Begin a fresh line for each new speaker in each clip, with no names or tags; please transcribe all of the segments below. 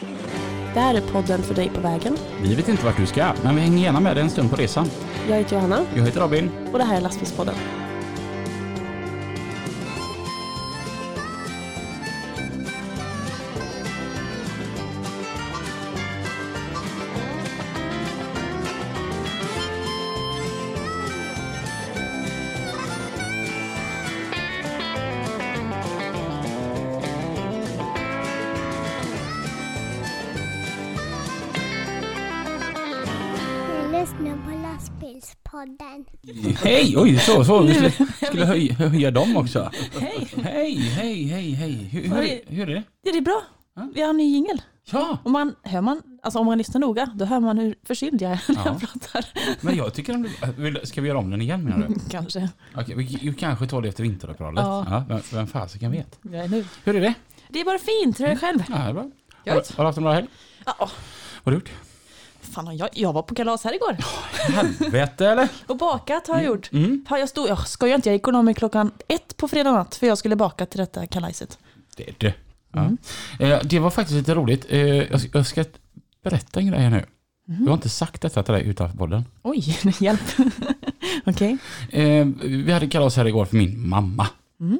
Det här är podden för dig på vägen.
Vi vet inte vart du ska, men vi hänger gärna med dig en stund på resan.
Jag heter Johanna.
Jag heter Robin.
Och det här är Lastbilspodden.
Lyssna på Lastbilspodden.
Hej, oj, så. Vi skulle höja dem också.
Hej.
Hej. Hur är det?
Det är bra.
Ja.
Vi har en ny jingle.
Ja,
Om man lyssnar noga, då hör man hur förkyld jag är när jag pratar.
men jag tycker ska vi göra om den igen, menar du?
Kanske.
Okej, vi kanske tar det efter vinteruppehållet.
Ja.
Vem fasiken vet?
Jag är nu.
Hur är det?
Det är bara fint, tror jag själv.
Ja, det är bra.
Jag
Har
vet.
du haft en bra helg?
Ja,
Vad har du gjort?
fan, jag var på kalas här igår.
Helvete, eller?
Och bakat har jag gjort.
Mm.
Fan, jag skojar inte, jag gick och la mig 1:00 på fredag natt för jag skulle baka till detta kalaset.
Det är det. Ja. Det var faktiskt lite roligt. Jag ska berätta en grej här nu. Jag har inte sagt detta till dig utanför podden.
Oj, hjälp. Okej.
Vi hade kalas här igår för min mamma.
Mm.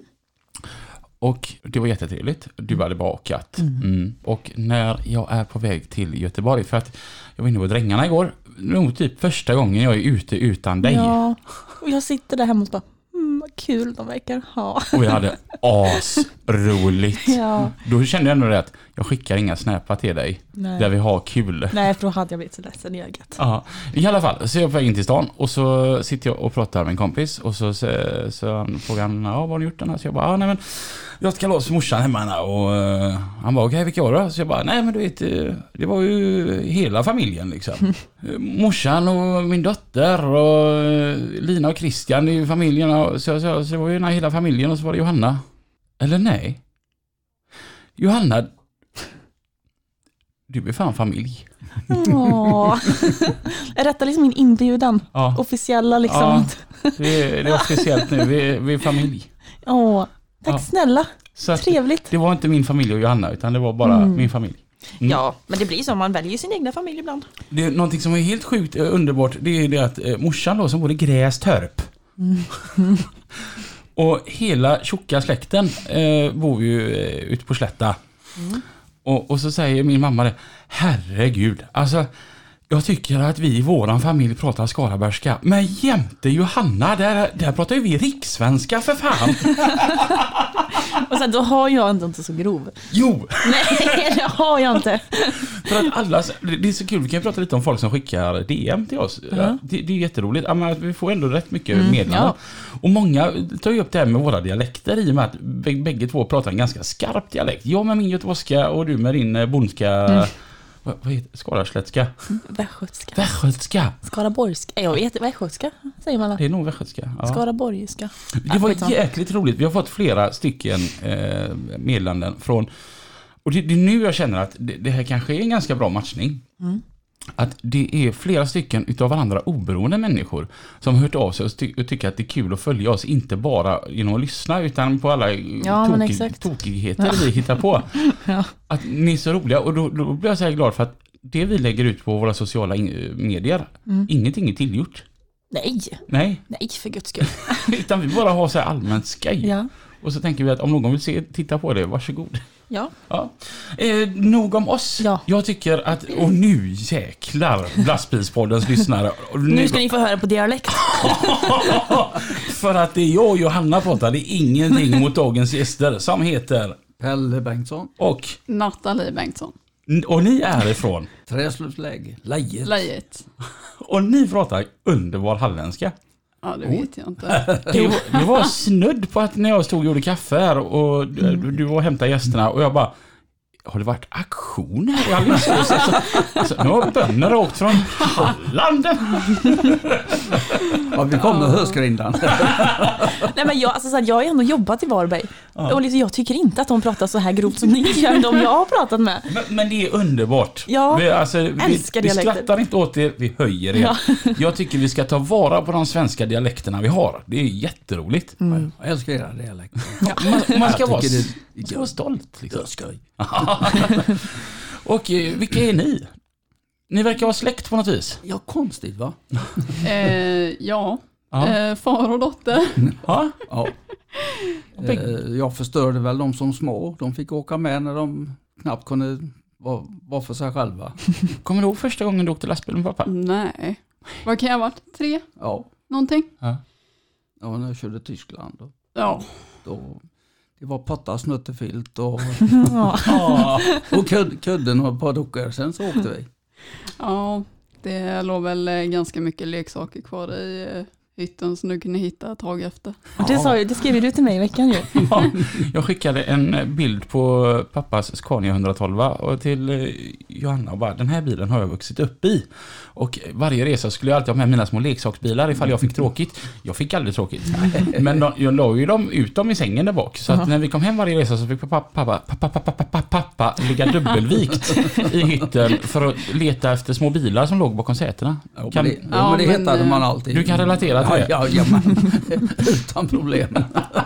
Och det var jättetrevligt. Du hade bakat. Och när jag är på väg till Göteborg, för att jag var inne på Drängarna igår, nog typ första gången jag är ute utan dig.
Ja, och jag sitter där hemma och bara, vad kul de verkar ha.
Och vi hade asroligt.
Ja.
Då kände jag ändå det att jag skickar inga snappar till dig
Nej.
där vi har kul.
Nej, för då hade jag blivit så ledsen i ögat.
Ja, i alla fall så är jag på väg in till stan och så sitter jag och pratar med en kompis och så frågar han, vad har ni gjort den här? Så jag bara, nej men jag ska låsa morsan hemma och han bara, okej, vilka var det? Så jag bara, nej men du vet, det var ju hela familjen liksom. Morsan och min dotter och Lina och Christian i familjen, så det var ju hela familjen och så var det Johanna. Eller nej? Johanna, du är fan familj.
Åh. Är detta liksom min inbjudan?
Ja.
Officiella liksom?
Ja, det är officiellt nu. Vi är familj.
Åh, tack
Ja.
snälla.
Så att
Trevligt.
det var inte min familj och Johanna, utan det var bara min familj. Mm.
Ja, men det blir så. Man väljer sin egna familj ibland.
Det är någonting som är helt sjukt underbart. Det är det att morsan då, som bor i Grästorp. Och hela tjocka släkten bor ju ute på Slätta. Och så säger min mamma det, herregud, alltså jag tycker att vi i våran familj pratar skarabergska, men jämte Johanna, där pratar ju vi rikssvenska för fan.
Och sen då har jag inte så grov.
Jo!
Nej, det har jag inte.
För att alla, det är så kul, vi kan prata lite om folk som skickar DM till oss. Det är jätteroligt, men vi får ändå rätt mycket meddelanden.
Ja.
Och många tar ju upp det här med våra dialekter i och med att bägge två pratar en ganska skarp dialekt. Jag med min göteborgska och du med din bondska, vad heter skararslättska? Västgötska.
Skaraborgska. Jag vet, västgötska säger man.
Det är nog västgötska. Ja.
Skaraborgska.
Det var jäkligt roligt. Vi har fått flera stycken meddelanden från, och det är nu jag känner att det här kanske är en ganska bra matchning. Att det är flera stycken utav varandra oberoende människor som har hört av sig och tycker att det är kul att följa oss, inte bara genom att lyssna utan på alla tokigheter vi hittar på.
Ja.
Att ni är så roliga, och då blir jag så här glad för att det vi lägger ut på våra sociala medier, ingenting är tillgjort. Nej,
för guds skull.
utan vi bara har så här allmänt skaj.
Ja.
Och så tänker vi att om någon vill titta på det, varsågod.
Ja.
Ja. Nog om oss.
Ja.
Jag tycker att, och nu jäklar Lastbilspoddens lyssnare. Och
Nu ska ni få höra på dialekt.
För att det är jag och Johanna pratar, det är ingenting mot dagens gäster som heter
Pelle Bengtsson.
och
Nathalie Bengtsson.
ni är ifrån.
Träslövsläge. Lejet.
Och ni pratar underbar halländska.
Ja, det vet jag inte.
Det var snudd på att när jag stod och gjorde kaffe här och du var och hämtade gästerna och jag bara, har det varit aktion här i Alingsås? Alltså, nu har bönderna åkt från Halland.
Ja, vi kommer höskrindan.
Nej, men jag har ändå jobbat i Varberg. Och liksom, jag tycker inte att de pratar så här grovt som ni gör, de jag har pratat med.
Men det är underbart.
Ja,
vi
älskar
vi
dialekter.
skrattar inte åt er, vi höjer er. Ja. Jag tycker vi ska ta vara på de svenska dialekterna vi har. Det är jätteroligt.
Jag älskar era dialekter.
Man ska vara
det
så stolt. Liksom. Och vilka är ni? Ni verkar vara släkt på något vis.
Ja, konstigt va?
Ja, far och dotter.
Ja.
Ja. Jag förstörde väl de som små. De fick åka med när de knappt kunde vara för sig själva.
Kommer du ihåg första gången du åkte lastbil med pappa?
Nej. Vad kan jag ha varit? 3?
Ja.
Någonting?
Ja.
Ja, när jag körde Tyskland.
Ja.
Då, det var potta, snuttefilt och,
Ja.
och kudden och ett par dockor. Sen så åkte vi.
Ja, det låg väl ganska mycket leksaker kvar i hytten som du kunde hitta ett tag efter.
Det skrev du till mig i veckan ju.
Ja, jag skickade en bild på pappas Scania 112 och till Johanna och bara, den här bilen har jag vuxit upp i. Och varje resa skulle jag alltid ha med mina små leksaksbilar ifall jag fick tråkigt. Jag fick aldrig tråkigt. Men jag la ju ut dem i sängen där bak. Så att när vi kom hem varje resa så fick pappa ligga dubbelvikt i hytten för att leta efter små bilar som låg bakom sätena.
Men det hittade man alltid.
Du kan relatera till det.
Ja, utan problem.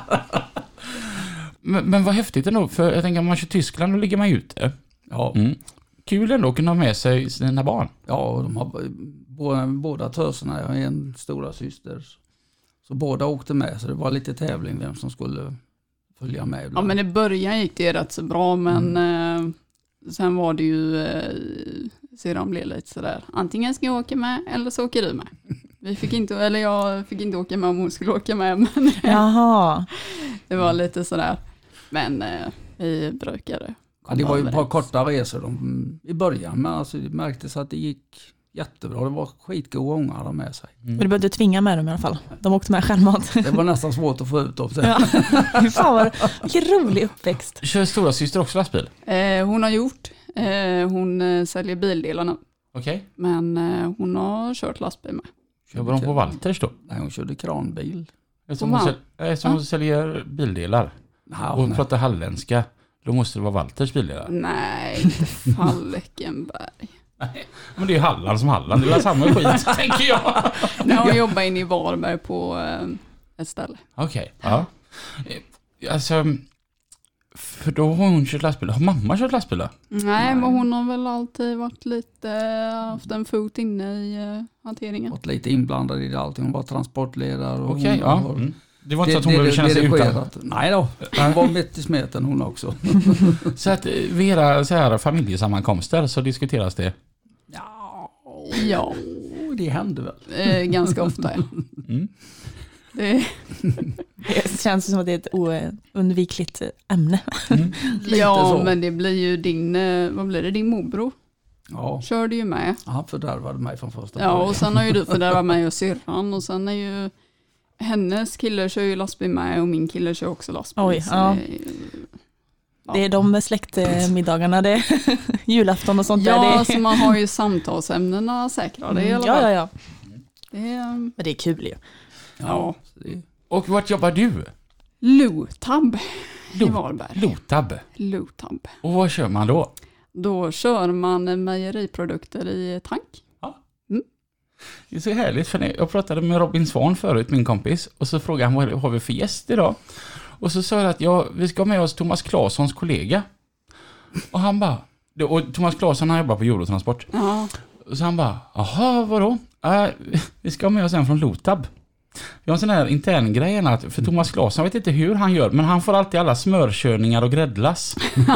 Men vad häftigt ändå, för jag tänker om man kör Tyskland då ligger man ute.
Ja.
Kul ändå att kunna ha med sig sina barn.
Ja, de har båda töserna. Jag har en stora syster. Så båda åkte med, så det var lite tävling vem som skulle följa med ibland.
Ja, men i början gick det rätt så bra, men sen var det ju sedan blev lite sådär, antingen ska jag åka med eller så åker du med. Jag fick inte åka med om hon skulle åka med, men
Jaha.
det var lite sådär. Men vi brukade.
Ja, det var ju ett par korta resor i början, men alltså det märktes att det gick jättebra. Det var skitgoda ungar de med sig.
Men du behövde tvinga med dem i alla fall. De åkte med självmant.
Det var nästan svårt att få ut dem.
Ja. Fan, vilken rolig uppväxt.
Kör stora syster också lastbil?
Hon har gjort. Hon säljer bildelarna.
Okej.
Men hon har kört lastbil med.
Jobbar de på Walters då?
Nej, hon körde kranbil.
Som hon säljer bildelar. Och pratar halländska. Då måste det vara Walters bildelar.
Nej, inte Falkenberg.
Nej, men det är ju Halland som Halland. Det är samma skit, tänker jag.
Nej, hon jobbar inne i Varberg på ett ställe.
Okej, ja. Alltså, för då har hon kört lastbil. Har mamma kört lastbil då?
Nej, men hon har väl alltid varit haft en fot inne i hanteringen.
Varit lite inblandad i det allting. Hon var transportledare.
Okej, ja. Det var inte så att hon behövde känna sig utan.
Nej då, hon var mitt i smeten hon också.
Så att vid era så här familjesammankomster så diskuteras det?
Ja,
det händer väl.
Ganska ofta, ja.
Mm.
Det känns som att det är ett oundvikligt ämne.
Ja,
så.
men det blir ju din morbror?
Ja.
Körde ju med.
Han fördärvade mig från första
Ja,
början.
och sen har ju du fördärvat mig och syrran. Och sen är ju hennes kille kör ju lastbil med och min kille kör också lastbil.
Oj, ja. Det är de släktmiddagarna, det är julafton och sånt där.
Ja, så man har ju samtalsämnena säkrade i alla fall.
Ja.
Men
det är kul ju.
Ja.
Och vart jobbar du?
Lotab i Varberg.
Lotab. Och vad kör man då?
Då kör man mejeriprodukter i tank.
Det är så härligt, för jag pratade med Robin Svan förut, min kompis, och så frågade han vad har vi för gäst idag? Och så sa jag att vi ska med oss Thomas Claessons kollega. Och han bara, och Thomas Claesson han jobbar på Eurotransport.
Ja.
Och så han bara, jaha, vadå? Vi ska med oss en från Lotab. Jag har en sån här intern grej att för Thomas Claesson, jag vet inte hur han gör, men han får alltid alla smörkörningar och gräddlass.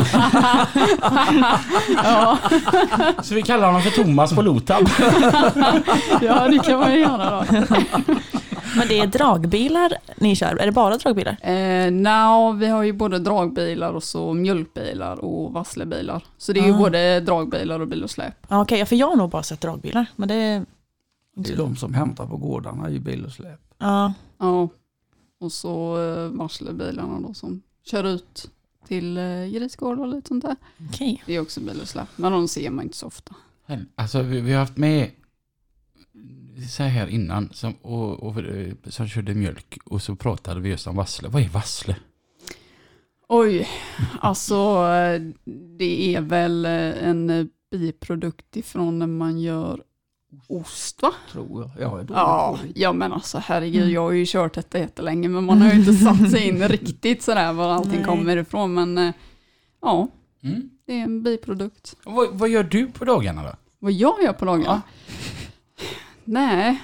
Ja.
Så vi kallar honom för Thomas på Lotab.
Ja, det kan man göra då.
Men det är dragbilar ni kör? Är det bara dragbilar?
Vi har ju både dragbilar och så mjölkbilar och vasslebilar. Så det är ju både dragbilar och bil och släp.
Ja, okej, för jag har nog bara sett dragbilar. Men det är
de som hämtar på gårdarna i bil och släp.
Ja.
Ja. Och så varslebilarna då som kör ut till grisgård och lite sånt där.
Okej.
Det är också bil och släp. Men de ser man inte så ofta.
Alltså vi har haft med så här innan som körde mjölk och så pratade vi just om vassle. Vad är vassle?
Oj, alltså det är väl en biprodukt ifrån när man gör ost, va?
Tror jag.
Ja, men alltså herregud, jag har ju kört detta jättelänge, men man har ju inte satt sig in riktigt sådär var allting kommer ifrån, men ja. Det är en biprodukt.
Vad gör du på dagarna då?
Vad jag gör på dagarna? Nej,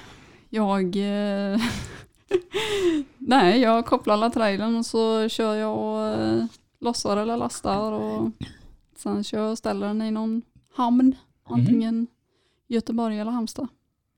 jag kopplar alla trailern och så kör jag och lossar eller lastar och sen kör jag och ställer den i någon hamn, antingen Göteborg eller Halmstad.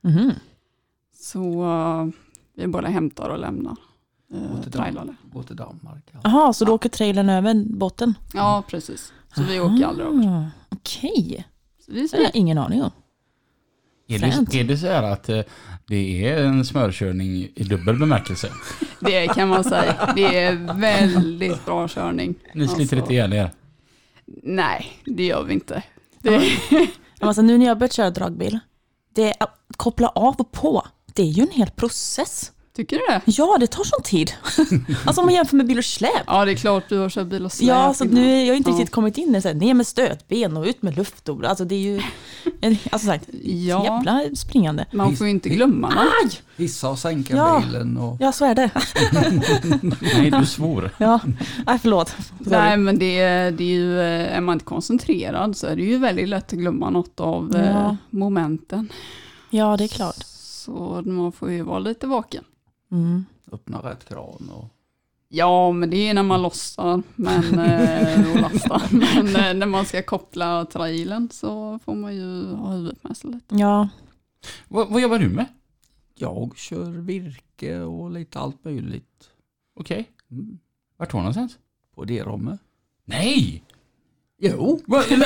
Så vi bara hämtar och lämnar trailern.
Gå till Danmark.
Jaha, så då åker trailern över botten?
Ja, precis. Så vi åker aldrig över.
Okej.
Så det är så.
Det har jag ingen aning om.
Är det så här att det är en smörkörning i dubbel bemärkelse?
Det kan man säga. Det är väldigt bra körning.
Ni sliter lite ihjäl er?
Nej, det gör vi inte.
Alltså, nu när jag börjat köra dragbil, det är att koppla av och på. Det är ju en hel process.
Tycker du det?
Ja, det tar sån tid. Alltså om man jämför med bil och släp.
Ja, det är klart du har kört bil och släp.
Ja, så nu är jag inte riktigt kommit in i det. Ner med stötben och ut med luftdor. Alltså det är ju jävla springande.
Man får ju inte glömma något.
Hissa och sänka bilen. Och...
Ja, så är det.
Nej, du svor.
Ja, förlåt.
Nej, men det är ju, är man inte koncentrerad så är det ju väldigt lätt att glömma något av momenten.
Ja, det är klart.
Så man får ju vara lite vaken.
Öppna rätt kran och...
Ja, men det är när man lossar och lastar. Men när man ska koppla trailern så får man ju ha huvudet med sig lite.
Ja.
Vad jobbar du med?
Jag kör virke och lite allt möjligt.
Okej. Vart var någonstans?
På Deromme.
Nej!
Jo.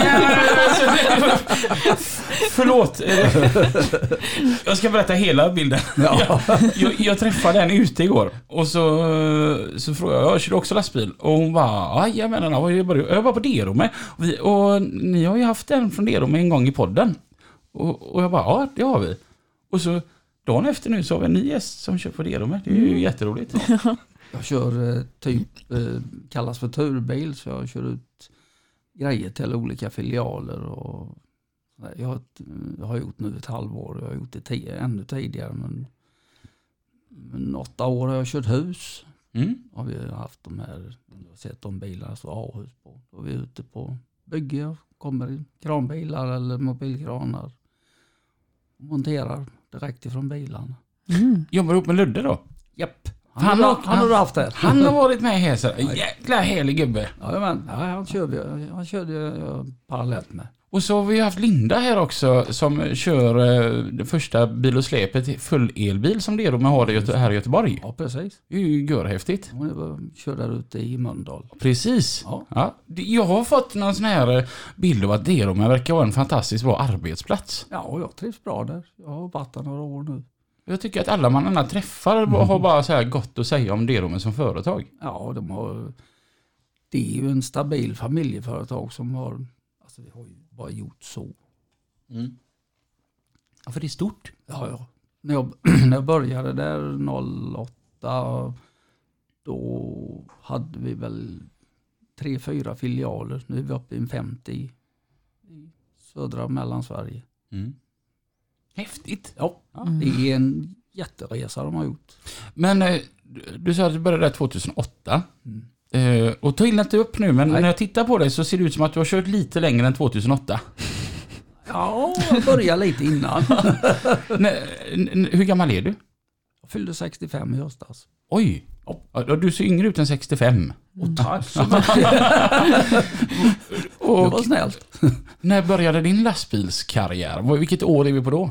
Förlåt. Jag ska berätta hela bilden. Ja. Jag träffade henne ute igår. Och så frågade jag kör du också lastbil? Och hon bara, jag var på Deromme. Och ni har ju haft en från Deromme en gång i podden. Och jag bara, ja det har vi. Och så dagen efter nu så har vi en ny gäst som kör på Deromme. Det är ju jätteroligt.
Jag kör kallas för turbil, så jag kör ut grejer till olika filialer. Och jag har gjort nu ett halvår, jag har gjort det ännu tidigare, men 8 år har jag kört hus. Har vi haft de här, sett de bilarna så A-hus på. Då är vi ute på bygge, kommer kranbilar eller mobilkranar och monterar direkt ifrån bilarna.
Jobbar ihop med Ludde då?
Japp. Han har du haft det.
Han har varit med här så jäkla helig gubbe.
Han körde parallellt med.
Och så har vi haft Linda här också som kör det första bil och släpet full elbil som det är med har här i Göteborg.
Ja, precis.
Det är ju görhäftigt.
Hon kör där ute i Mölndal.
Precis. Ja. Jag har fått någon sån här bild av att Derom verkar vara en fantastiskt bra arbetsplats.
Ja, och jag trivs bra där. Jag har varit där några år nu.
Jag tycker att alla man träffar har bara så här gott att säga om Derom som företag.
Ja, det är ju en stabil familjeföretag som har bara gjort så.
Ja, för det är stort.
Ja. När jag började där 08, då hade vi väl 3-4 filialer. Nu är vi uppe i 50 i södra och Mellansverige.
Häftigt.
Ja, det är en jätteresa de har gjort.
Men du sa att du började där 2008. Och ta inte upp nu, men när jag tittar på dig så ser det ut som att du har kört lite längre än 2008.
Ja, jag började lite innan.
Hur gammal är du?
Jag fyllde 65 i höstas.
Oj, du ser yngre ut än 65.
Tack så mycket. Det var snällt.
När började din lastbilskarriär? Vilket år är vi på då?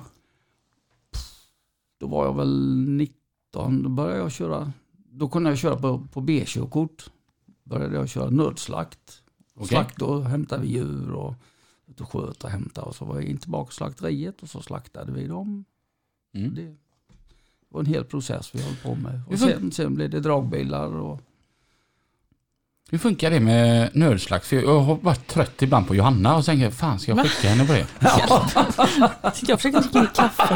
Då var jag väl 19. Då började jag köra. Då kunde jag köra på B-körkort. Började jag köra nödslakt. Slakt, då hämtade vi djur och sköt och hämtade. Och så var jag in tillbaka till slakteriet och så slaktade vi dem. Det var en hel process vi höll på med. Och sen blev det dragbilar. Och...
Hur funkar det med nödslakt? För jag har varit trött ibland på Johanna och tänker, fan ska jag skicka henne på det?
Jag försöker dricka kaffe.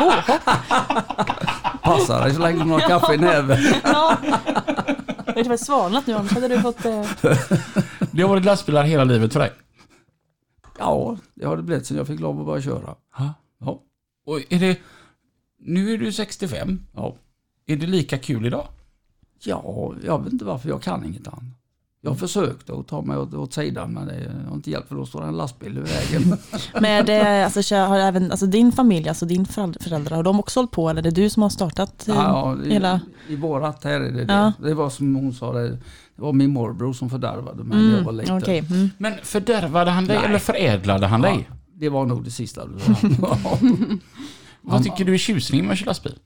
Passar dig så länge du har kaffe i näven.
Ja. Det var svalnat nu, annars hade du fått...
Det har varit lastbilar hela livet för dig?
Ja, det har det blivit sen jag fick lov att börja köra.
Ja. Och nu är du 65. Ja. Är det lika kul idag?
Ja, jag vet inte varför, jag kan inget annat. Jag försökte att ta mig åt sidan, men det har inte hjälpt, för då står en lastbil i vägen.
Men har även din familj, alltså din föräldrar, har de också hållit på, eller är det du som har startat hela?
I vårat här är det. Ja. Det var som hon sa, det var min morbror som fördärvade mig när jag var liten.
Okay.
Men fördärvade han dig eller förädlade han dig?
Det var nog det sista.
Vad tycker du är tjusning med att köra lastbil?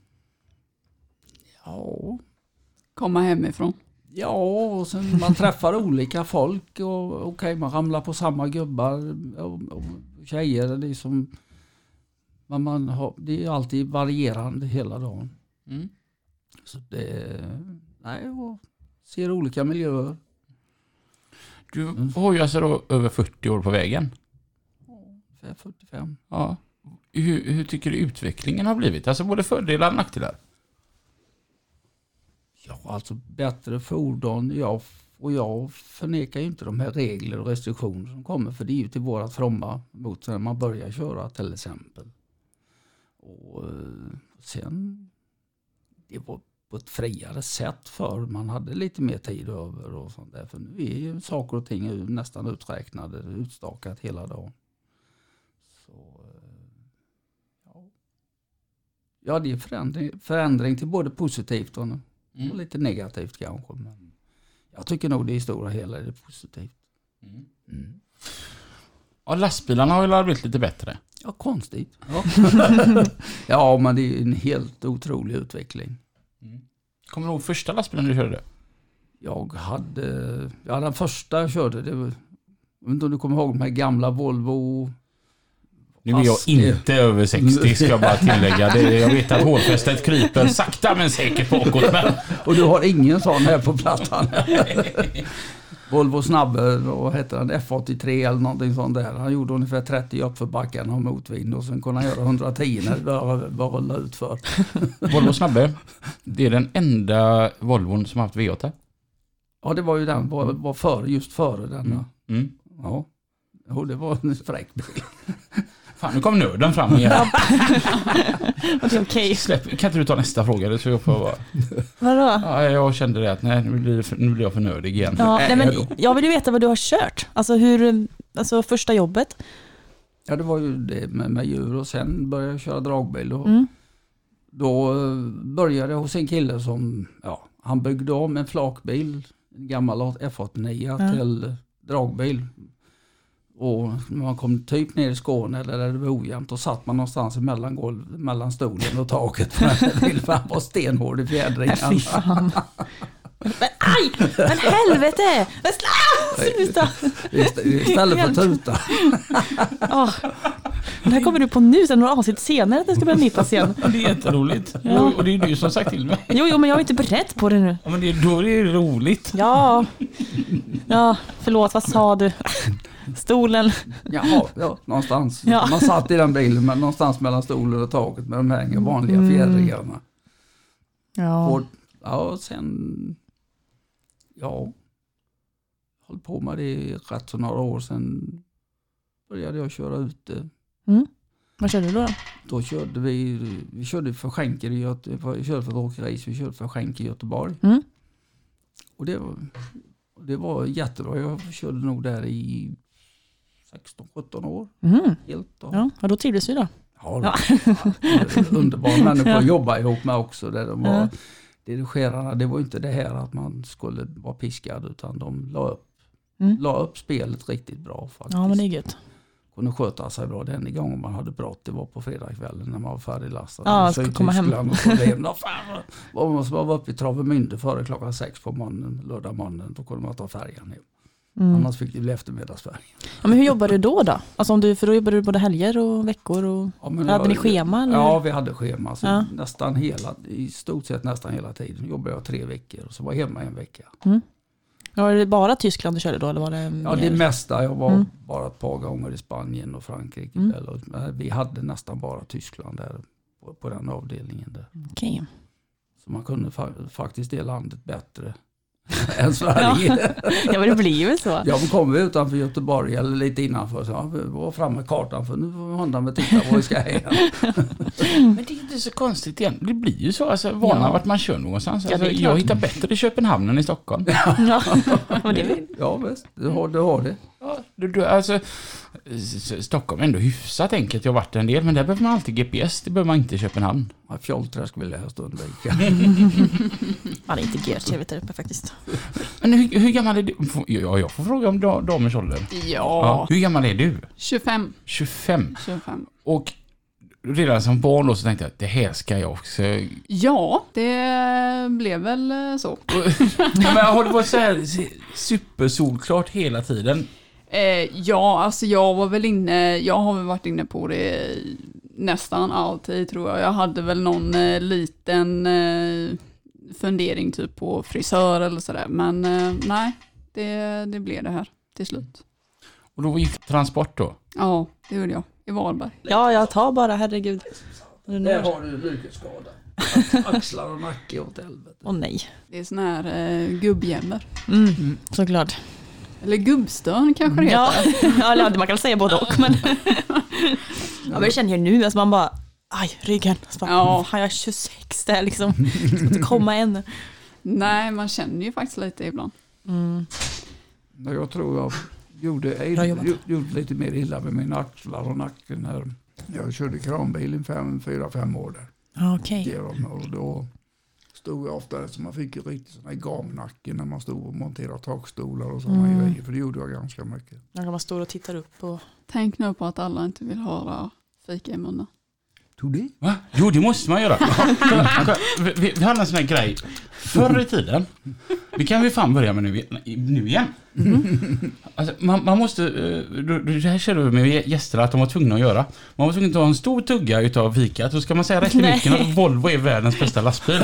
Ja.
Komma hemifrån.
Ja, och sen man träffar olika folk och man ramlar på samma gubbar och tjejer. Det är som det är alltid varierande hela dagen. Så och ser olika miljöer.
Du har ju alltså då över 40 år på vägen.
45.
Ja. Hur tycker du utvecklingen har blivit? Alltså både fördelar och nackdelar?
Ja, alltså bättre fordon. Jag förnekar ju inte de här regler och restriktioner som kommer, för det är ju till våra fromma mot när man börjar köra till exempel. Och sen det var på ett friare sätt för man hade lite mer tid över och sånt där. För nu är ju saker och ting nästan uträknade, utstakat hela dagen. Så ja, det är förändring till både positivt och lite negativt kanske. Men jag tycker nog det i stora hela är det positivt.
Ja, lastbilarna har ju blivit lite bättre.
Ja, konstigt. Ja. Ja, men det är en helt otrolig utveckling.
Kommer du ihåg första lastbilen du körde?
Den första jag körde, jag vet inte om du kommer ihåg de här gamla Volvo.
Nu är jag inte över 60, ska jag bara tillägga. Jag vet att hårfästet kryper sakta men säkert bakåt. Men...
Och du har ingen sån här på plattan. Volvo Snabbe, vad heter den? F83 eller någonting sånt där. Han gjorde ungefär 30 upp för backen och motvind, och sen kunde han göra 110 när det bara rulla ut för.
Volvo Snabbe, det är den enda Volvon som har haft V8.
Ja, det var ju den, var just före den. Ja. Och det var en fräck bil.
Fan, nu kom nörden fram igen.
Okej.
Kan inte du ta nästa fråga? Så jag får vara...
Vadå?
Ja, jag kände det att nu blir jag för nördig igen.
Ja, men jag vill ju veta vad du har kört. Alltså första jobbet.
Ja, det var ju det med djur, och sen började jag köra dragbil. Och då började jag hos en kille som, han byggde om en flakbil, en gammal F89 till dragbil. Och när man kom typ ner i Skåne eller där det var ojämnt, då satt man någonstans mellan stolen och taket. För han var stenhård i fjädringen.
Fy fan. Men helvete! Sluta!
Istället för tuta.
Det här kommer du på nu, sen några avsnitt senare att det ska börja nippas igen.
Det är jätteroligt. Ja. Och det är du som har sagt till mig.
Jo, men jag är inte beredd på det nu.
Ja, men då är det roligt.
Ja, förlåt, vad sa du? Stolen.
Ja, någonstans. Ja. Man satt i den bilen, men någonstans mellan stolen och taket med de här vanliga fjädringarna.
Ja.
Och sen höll på med det rätt så några år sedan. Började jag köra ute.
Vad körde du då?
Då körde vi körde för skänker i Göteborg. Vi körde för åkeris, vi körde för skänker i Göteborg. Och det var jättebra. Jag körde nog där i 16-17 år. Helt då.
Ja, och då trivdes vi då.
Ja. Underbara människor att jobba ihop med också. Där de var dirigerarna. Det var inte det här att man skulle vara piskad, utan de la upp spelet riktigt bra faktiskt.
Ja, men det är gött.
Kunde sköta sig bra. Den gången man hade brott, det var på fredagskvällen när man var färdiglastad.
Ja, ska komma hem.
Man måste vara uppe i Travemünde före 6:00 på morgonen, lördag morgonen. Då kunde man ta färjan hem. Annars fick det bli eftermiddagsfärjan. Ja,
men hur jobbar du då? För då jobbade du både helger och veckor. Och hade ni schema? Eller?
Ja, vi hade schema. Så i stort sett nästan hela tiden jobbade jag 3 veckor. Och så var jag hemma 1 vecka.
Var det bara Tyskland du körde då? Eller var det
det mesta. Jag var bara ett par gånger i Spanien och Frankrike. Vi hade nästan bara Tyskland där på den avdelningen där.
Okej.
Så man kunde faktiskt det landet bättre än Sverige.
Ja, men det blir ju så.
Ja, men kommer vi utanför Göteborg eller lite innanför så vi var fram med kartan för nu får hundarna med titta var vi ska hem.
Men det är inte så konstigt igen. Det blir ju så. Alltså, vana vart man kör någonstans.
Ja,
Alltså, jag hittar bättre i Köpenhamn än i Stockholm.
Ja, och det är
Ja, visst. Du har det.
Ja, alltså, Stockholm är ändå hyfsat enkelt. Jag har varit en del, men där behöver man alltid GPS. Det behöver man inte i Köpenhamn.
Ja, Fjollträsk vill jag helst undvika.
Ja, det är inte GR-TV där uppe faktiskt.
Men hur gammal är du? Ja, jag får fråga om damers ålder.
Ja,
Hur gammal är du?
25.
25.
25.
Och redan som barn då så tänkte jag att det här ska jag också.
Ja, det blev väl så.
Men har det varit så här supersolklart hela tiden?
Ja, alltså jag har väl varit inne på det nästan alltid tror jag. Jag hade väl någon liten fundering typ på frisör eller sådär. Men nej, det blev det här till slut.
Och då gick transport då?
Ja, det gjorde jag. I Varberg.
Ja, jag tar bara, herregud.
Där har du lyckeskada. Axlar och nacke åt helvete.
Åh nej.
Det är sån här gubbjämmer.
Såklart.
Eller gubbstön kanske det heter.
Ja, man kan säga både och. Men, men jag känner ju nu, alltså man bara, aj, ryggen. Så bara,
Ja.
fan, jag är 26 där liksom. Jag ska inte komma än.
Nej, man känner ju faktiskt lite ibland.
Jag tror jag gjorde lite mer illa med mina axlar och nacken när jag körde kranbil i 4-5 år där.
Okej.
Och då stod jag ofta så man fick ju riktigt sån här gamnacken när man stod och monterade takstolar och sådana grejer. För det gjorde jag ganska mycket.
När man står och tittar upp och...
Tänk nu på att alla inte vill höra fika i munnen.
Tog det?
Va? Jo, det måste man göra. Vi hade en sån här grej förr i tiden. Det kan vi fan börja med nu igen. Alltså, man måste, det här känner vi med gäster att de var tvungna att göra. Man var tvungen att ta en stor tugga utav fikat. Så ska man säga rätt i micken att Volvo är världens bästa lastbil.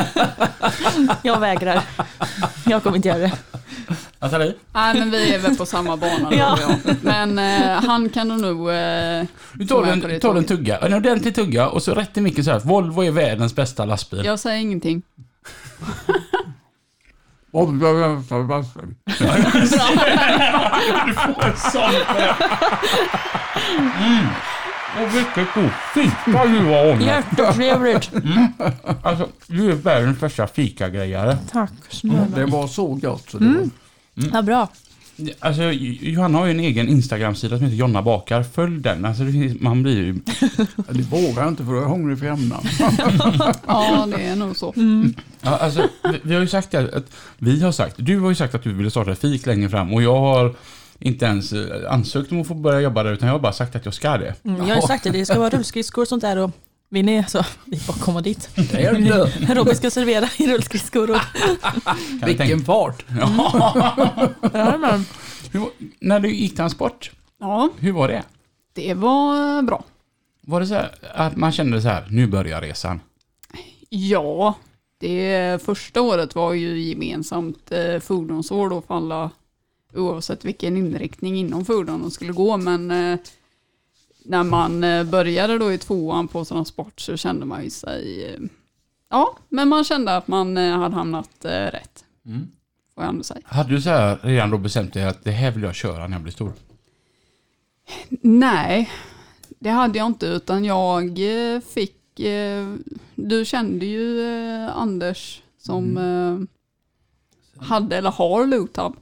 Jag vägrar. Jag kommer inte göra det.
Nathalie?
Nej, men vi är väl på samma bana.
Ja.
Men han kan nog...
Du tar en tugga, en ordentlig tugga och så rätt i micken så här. Volvo är världens bästa lastbil.
Jag säger ingenting.
Volvo är världens bästa lastbil.
Och vilket god fika du var om.
Jättetrevligt.
Alltså, du är världens bästa fika-grejare.
Tack snälla.
Det var så gott så det var.
Ja, bra.
Alltså, Johanna har ju en egen Instagram-sida som heter Jonna bakar. Följ den. Alltså, man blir ju...
Det vågar jag inte för jag är hungrig för ämnen.
Ja, det är nog så.
Ja, alltså, vi har ju sagt att du har ju sagt att du ville starta fik längre fram och jag har inte ens ansökt om att få börja jobba där utan jag har bara sagt att jag ska det.
Jag har ju sagt det ska vara rullskridskor och sånt där och vill ni så vi får komma dit.
Det är det.
Robin ska servera i rullskridskor och...
Vilken fart.
Ja, men.
När du gick transport,
Ja,
hur var det?
det var bra.
Var det så här att man kände så här, nu börjar resan?
Ja, det första året var ju gemensamt fordonsår då för alla oavsett vilken inriktning inom fordonen skulle gå. Men när man började då i 2:an på transport så kände man ju sig... ja, men man kände att man hade hamnat rätt. Får jag ändå säga.
Hade du så här redan då bestämt dig att det här vill jag köra när jag blir stor?
Nej, det hade jag inte utan jag fick... du kände ju Anders som hade eller har Lootab.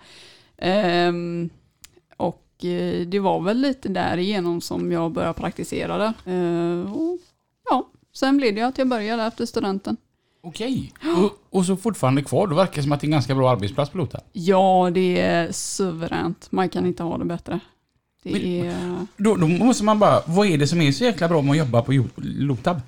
Och det var väl lite därigenom som jag började praktisera det. Och ja, sen blev det att jag började efter studenten.
Okej. Och så fortfarande kvar. Det verkar som att det är en ganska bra arbetsplats på Lootab.
Ja, det är suveränt. Man kan inte ha det bättre. Det är...
Då måste man bara, vad är det som är så jäkla bra med att jobba på Lootab?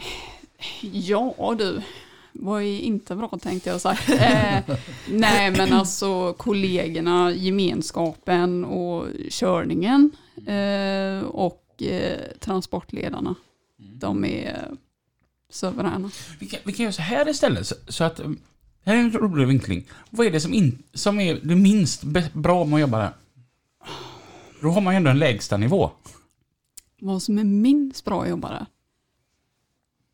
Ja du, vad är inte bra tänkte jag säga. Nej men alltså kollegorna, gemenskapen och körningen och transportledarna. De är suveräna.
Vi kan göra så här istället så att här är en rolig vinkling. Vad är det som är det minst bra med att jobba där? Då har man ju ändå en lägsta nivå.
Vad som är minst bra att jobba där?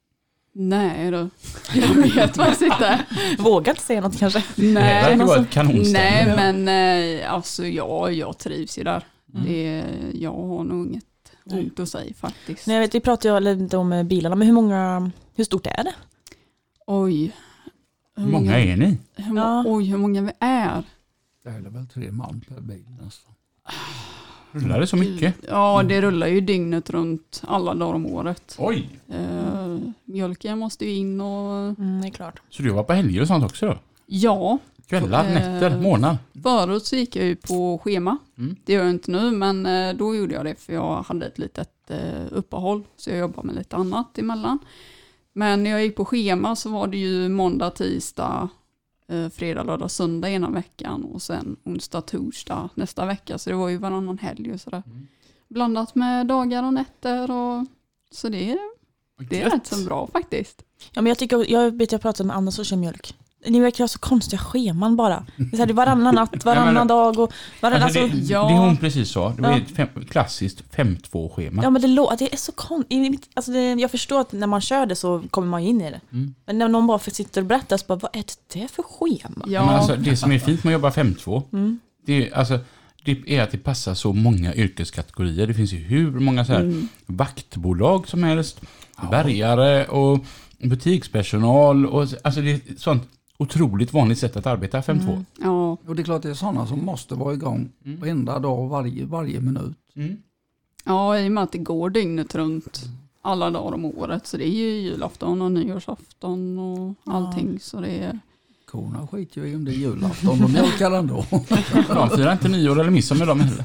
Nej då, jag vet faktiskt inte.
Vågar inte säga något kanske.
Det
Nej,
verkar vara ett kanonställe.
nej men alltså jag trivs ju där. Jag har nog inget ont att säga faktiskt.
Nej, jag vet, vi pratade ju lite om bilarna, men hur stort är det?
Oj.
Hur många är ni?
Oj, hur många vi är.
Det är väl 3 man per bil nästan.
Rullar det så mycket?
Ja, det rullar ju dygnet runt alla dagar om året.
Oj!
Mjölken måste ju in och...
Det är klart.
Så du var på helger och sånt också då?
Ja.
Kvällar, nätter, morgnar?
Förut så gick jag ju på schema. Det gör jag inte nu, men då gjorde jag det för jag hade ett litet uppehåll. Så jag jobbade med lite annat emellan. Men när jag gick på schema så var det ju måndag, tisdag, fredag, lördag, söndag ena veckan. Och sen onsdag, torsdag nästa vecka. Så det var ju varannan helg och sådär. Blandat med dagar och nätter. Så det är rätt så bra faktiskt.
Ja, men jag pratade med Anna som kör mjölk. Ni verkar ha så konstiga scheman bara. Det är varannan natt, varannan dag och
alltså, det är hon precis så. Det var ett klassiskt 5-2-schema.
Ja, men det är så konstigt. Alltså jag förstår att när man kör det så kommer man in i det. Men när någon bara sitter och berättar så bara, vad är det för schema?
Ja.
Men alltså, det som är fint med att jobba 5-2 det är att det passar så många yrkeskategorier. Det finns ju hur många så här vaktbolag som helst, bärgare och butikspersonal och alltså det är sånt otroligt vanligt sätt att arbeta 5-2.
Ja.
Och det är klart det är sådana som måste vara igång varenda dag, varje minut.
Ja, i och med att det går dygnet runt alla dagar om året. Så det är ju julafton och nyårsafton och allting. Så det är...
Korna skiter ju om det är julafton och mjölkar ändå.
De firar inte nyår eller midsommar med dem heller.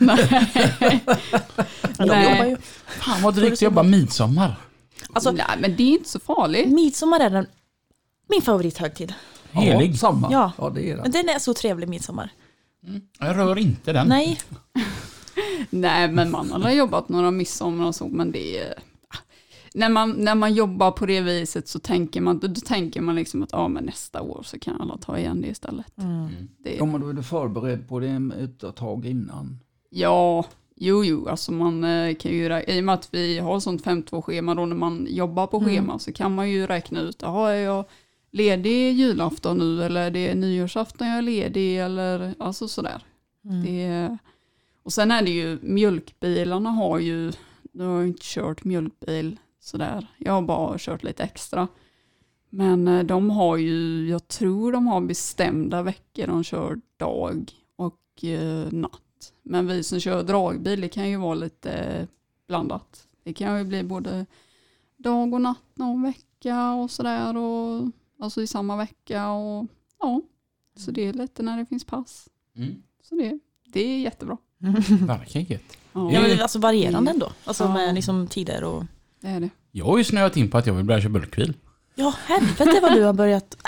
Nej.
Fan vad drygt att jobba midsommar.
Alltså, nej, men det är inte så farligt.
Midsommar är min favorithögtid.
Helig.
Ja, samma.
Ja.
Ja, det är det.
Men den är så trevlig midsommar.
Jag rör inte den.
Nej.
Nej, men man har jobbat några midsommar och så, men det är... När man jobbar på det viset så tänker man liksom att men nästa år så kan alla ta igen det istället.
Ja, men då är du förberedd på det ett tag innan.
Ja, jo, alltså man kan ju, i och med att vi har sånt 5-2-schema då när man jobbar på schema så kan man ju räkna ut, är jag ledig julafton nu eller det är nyårsafton jag är ledig eller alltså sådär. Och sen är det ju, mjölkbilarna har ju, jag har inte kört mjölkbil sådär, jag har bara kört lite extra. Men de har ju, jag tror de har bestämda veckor de kör dag och natt. Men vi som kör dragbil, det kan ju vara lite blandat. Det kan ju bli både dag och natt någon vecka och sådär. Och, alltså i samma vecka. Och, ja, så det är lite när det finns pass. Så det är jättebra.
Verkligen gett.
Ja.
Ja, men alltså varierande ändå. Alltså med liksom tider och...
Det är det.
Jag har ju snöat in på att jag vill börja köra bulkbil.
Ja, helvete vad du har börjat...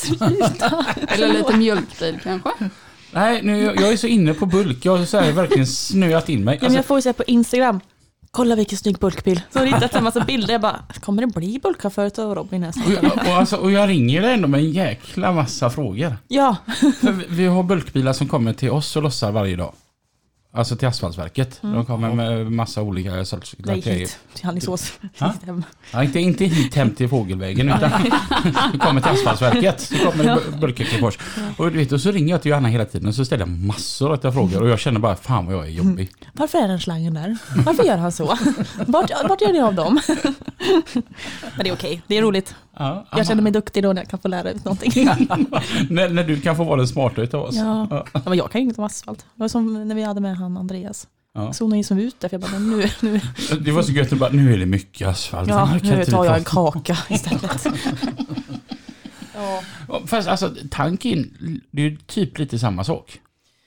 Eller lite mjölkbil kanske.
Nej, jag är så inne på bulk. Jag har så här verkligen snöat in mig.
Ja, men jag får ju säga på Instagram, kolla vilken snygg bulkbil. Så har jag hittat en massa bilder. Jag bara, kommer det bli bulkchaufför av Robin här?
Och jag ringer det ändå med en jäkla massa frågor.
Ja.
För vi har bulkbilar som kommer till oss och lossar varje dag. Alltså till Asfaltverket. De kommer med massa olika sorts
Nej,
grejer.
hit till Alingsås.
Ja, inte hit hem till Fågelvägen utan vi kommer till Asfaltverket. Så kommer det bulkekipage. Och så ringer jag till Johanna hela tiden och så ställer jag massor av frågor och jag känner bara, fan vad jag är jobbig.
Varför är den slangen där? Varför gör han så? Vart gör ni av dem? Men det är okej, det är roligt.
Ja,
jag känner mig duktig då när jag kan få lära ut någonting.
när du kan få vara den smarta utav oss.
Ja, men jag kan ju inget om asfalt. Det var som när vi hade med han Andreas.
Ja.
Zonade in som ut där, för jag bara, men nu.
Det var så gött att bara, nu är det mycket asfalt.
Ja, nu tar jag en kaka istället.
Ja. Fast alltså, tanken, det är ju typ lite samma sak.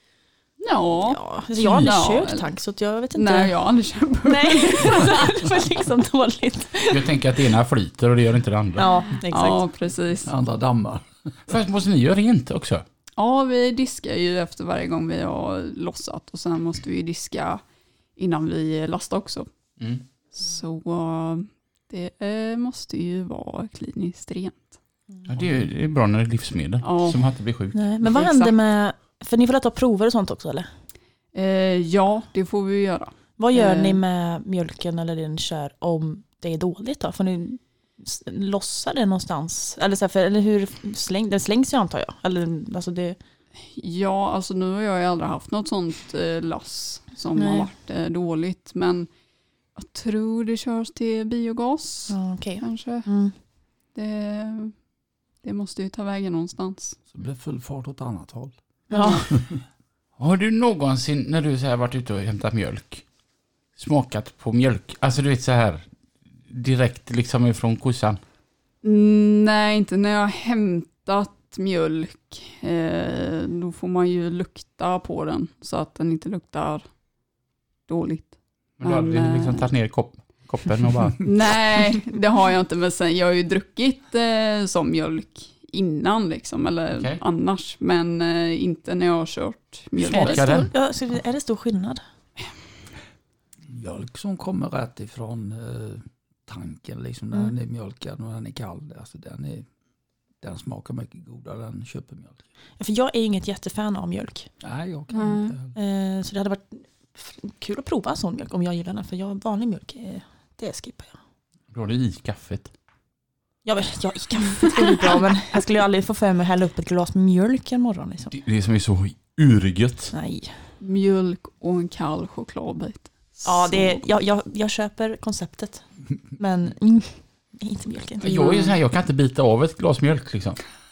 Ja.
Alltså, jag har aldrig kört tank, så jag vet inte.
Nej, jag har aldrig kört bulk.
Nej, det var liksom dåligt.
Jag tänker att det ena flyter och det gör inte det andra.
Ja, exakt.
Ja, precis.
Andra dammar.
Fast måste ni göra rent också?
Ja, vi diskar ju efter varje gång vi har lossat och sen måste vi diska innan vi lastar också. Så det måste ju vara kliniskt rent.
Ja, det är bra när det är livsmedel som inte blir sjuk.
Nej, men vad händer med, för ni får ta prover och sånt också eller?
Ja, det får vi göra.
Vad gör ni med mjölken eller den kör om det är dåligt då? Får ni lossar det någonstans? Eller, så här, eller hur det slängs ju antar jag. Eller, alltså det...
Ja, alltså nu har jag ju aldrig haft något sånt lass som har varit dåligt. Men jag tror det körs till biogas.
Okay.
Kanske. Det måste ju ta vägen någonstans.
Så det blir full fart åt annat håll.
Ja.
Har du någonsin, när du så här varit ute och hämtat mjölk, smakat på mjölk? Alltså du vet så här, direkt liksom ifrån kossan?
Nej, inte när jag har hämtat mjölk. Då får man ju lukta på den så att den inte luktar dåligt.
Men du har aldrig liksom tagit ner koppen och bara...
Nej, det har jag inte. Men sen, jag har ju druckit som mjölk innan liksom, eller annars. Men inte när jag har kört mjölk.
Är det stor skillnad?
Mjölk som kommer rätt ifrån tanken liksom, när den är mjölkad och den är kall. Alltså, den smakar mycket godare än köpemjölk.
Ja, för jag är ju inget jättefan av mjölk.
Nej, jag kan inte.
Så det hade varit kul att prova sån mjölk om jag gillar den. För vanlig mjölk, det skippar jag.
Då har du i kaffet.
Ja, i kaffet är det bra, men jag skulle ju aldrig få för mig att hälla upp ett glas mjölk en morgon. Liksom.
Det som är så urgött.
Nej.
Mjölk och en kall chokladbit.
Ja, jag köper konceptet. Men inte mjölken.
Jag är så här, jag kan inte bita av ett glas mjölk liksom.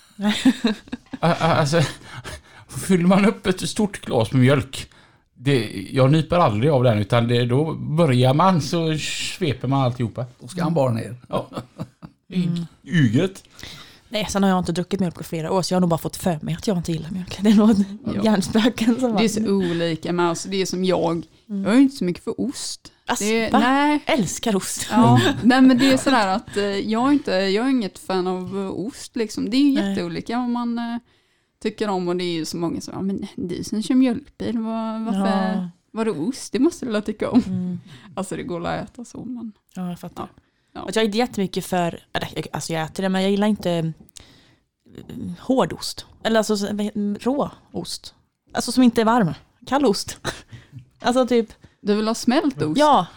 Alltså, fyller man upp ett stort glas med mjölk, jag nyper aldrig av den, utan då börjar man så sveper man alltihopa.
Då ska han bara ner.
Ja. Uget.
Nej, sen har jag inte druckit mjölk på flera år, så jag har nog bara fått för mig att jag inte gillar mjölk. Det är nog hjärnspöken som...
Det är så olika, men alltså det är som jag är ju inte så mycket för ost.
Nej. Älskar ost.
Ja, nej, men det är sådär att jag är inget fan av ost liksom. Det är ju jätteolika vad man tycker om, och det är ju så många som men du som kör mjölkbil, varför var det ost? Det måste du väl tycka om. Alltså det går att äta så, men...
Ja, jag fattar.
Ja.
Jag är inte jättemycket för, alltså jag äter det, men jag gillar inte hård ost. Eller alltså rå ost. Alltså som inte är varm. Kall ost. Alltså typ...
Du vill ha smält ost?
Ja.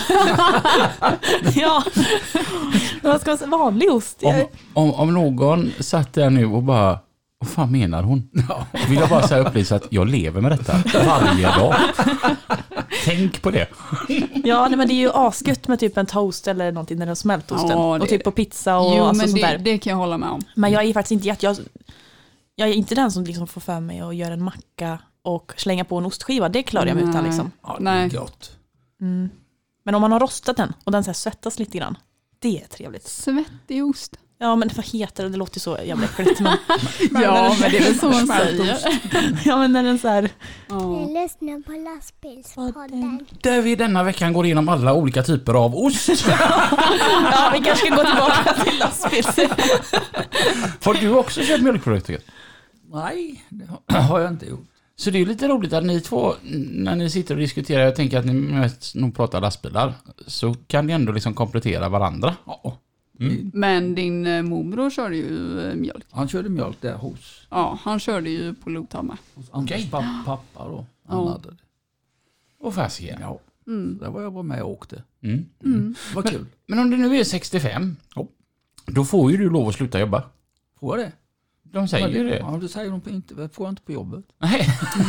Ja. Vad ska man säga? Vanlig ost.
Om någon satt där nu och bara, vad fan menar hon? Vill jag bara säga upplysa att jag lever med detta varje dag. Tänk på det.
Ja, nej, men det är ju asgött med typ en toast eller någonting när den smält osten. Och typ på pizza och alltså
men
sånt där.
Det kan jag hålla med om.
Men jag är faktiskt inte jag är inte den som liksom får för mig att göra en macka och slänga på en ostskiva. Det klarar jag mig utan liksom.
Ja, det är gott.
Men om man har rostat den och den så här svettas lite grann, det är trevligt.
Svettig ost.
Ja, men vad heter det? Det låter så jävla äckligt. Men
det är väl så man säger.
Ja, men när den så här...
Ni lyssnar på lastbilspodden.
Där vi denna veckan går igenom alla olika typer av ost.
Ja, vi kanske ska gå tillbaka till lastbil.
Har du också köpt mjölkprodukter?
Nej, det har jag inte gjort.
Så det är lite roligt att ni två, när ni sitter och diskuterar, jag tänker att ni mest nog pratar lastbilar, så kan ni ändå liksom komplettera varandra.
Men din morbror körde ju mjölk.
Han körde mjölk där hos...
Ja, han körde ju på Lothammar.
Hos Anders pappa då. Han hade det.
Och fasiken.
Ja. Där var jag med och åkte. Vad kul.
Men om du nu är 65, då får ju du lov att sluta jobba.
Får jag det?
De säger ju det.
Ja, det säger de inte. Får jag inte på jobbet.
Nej.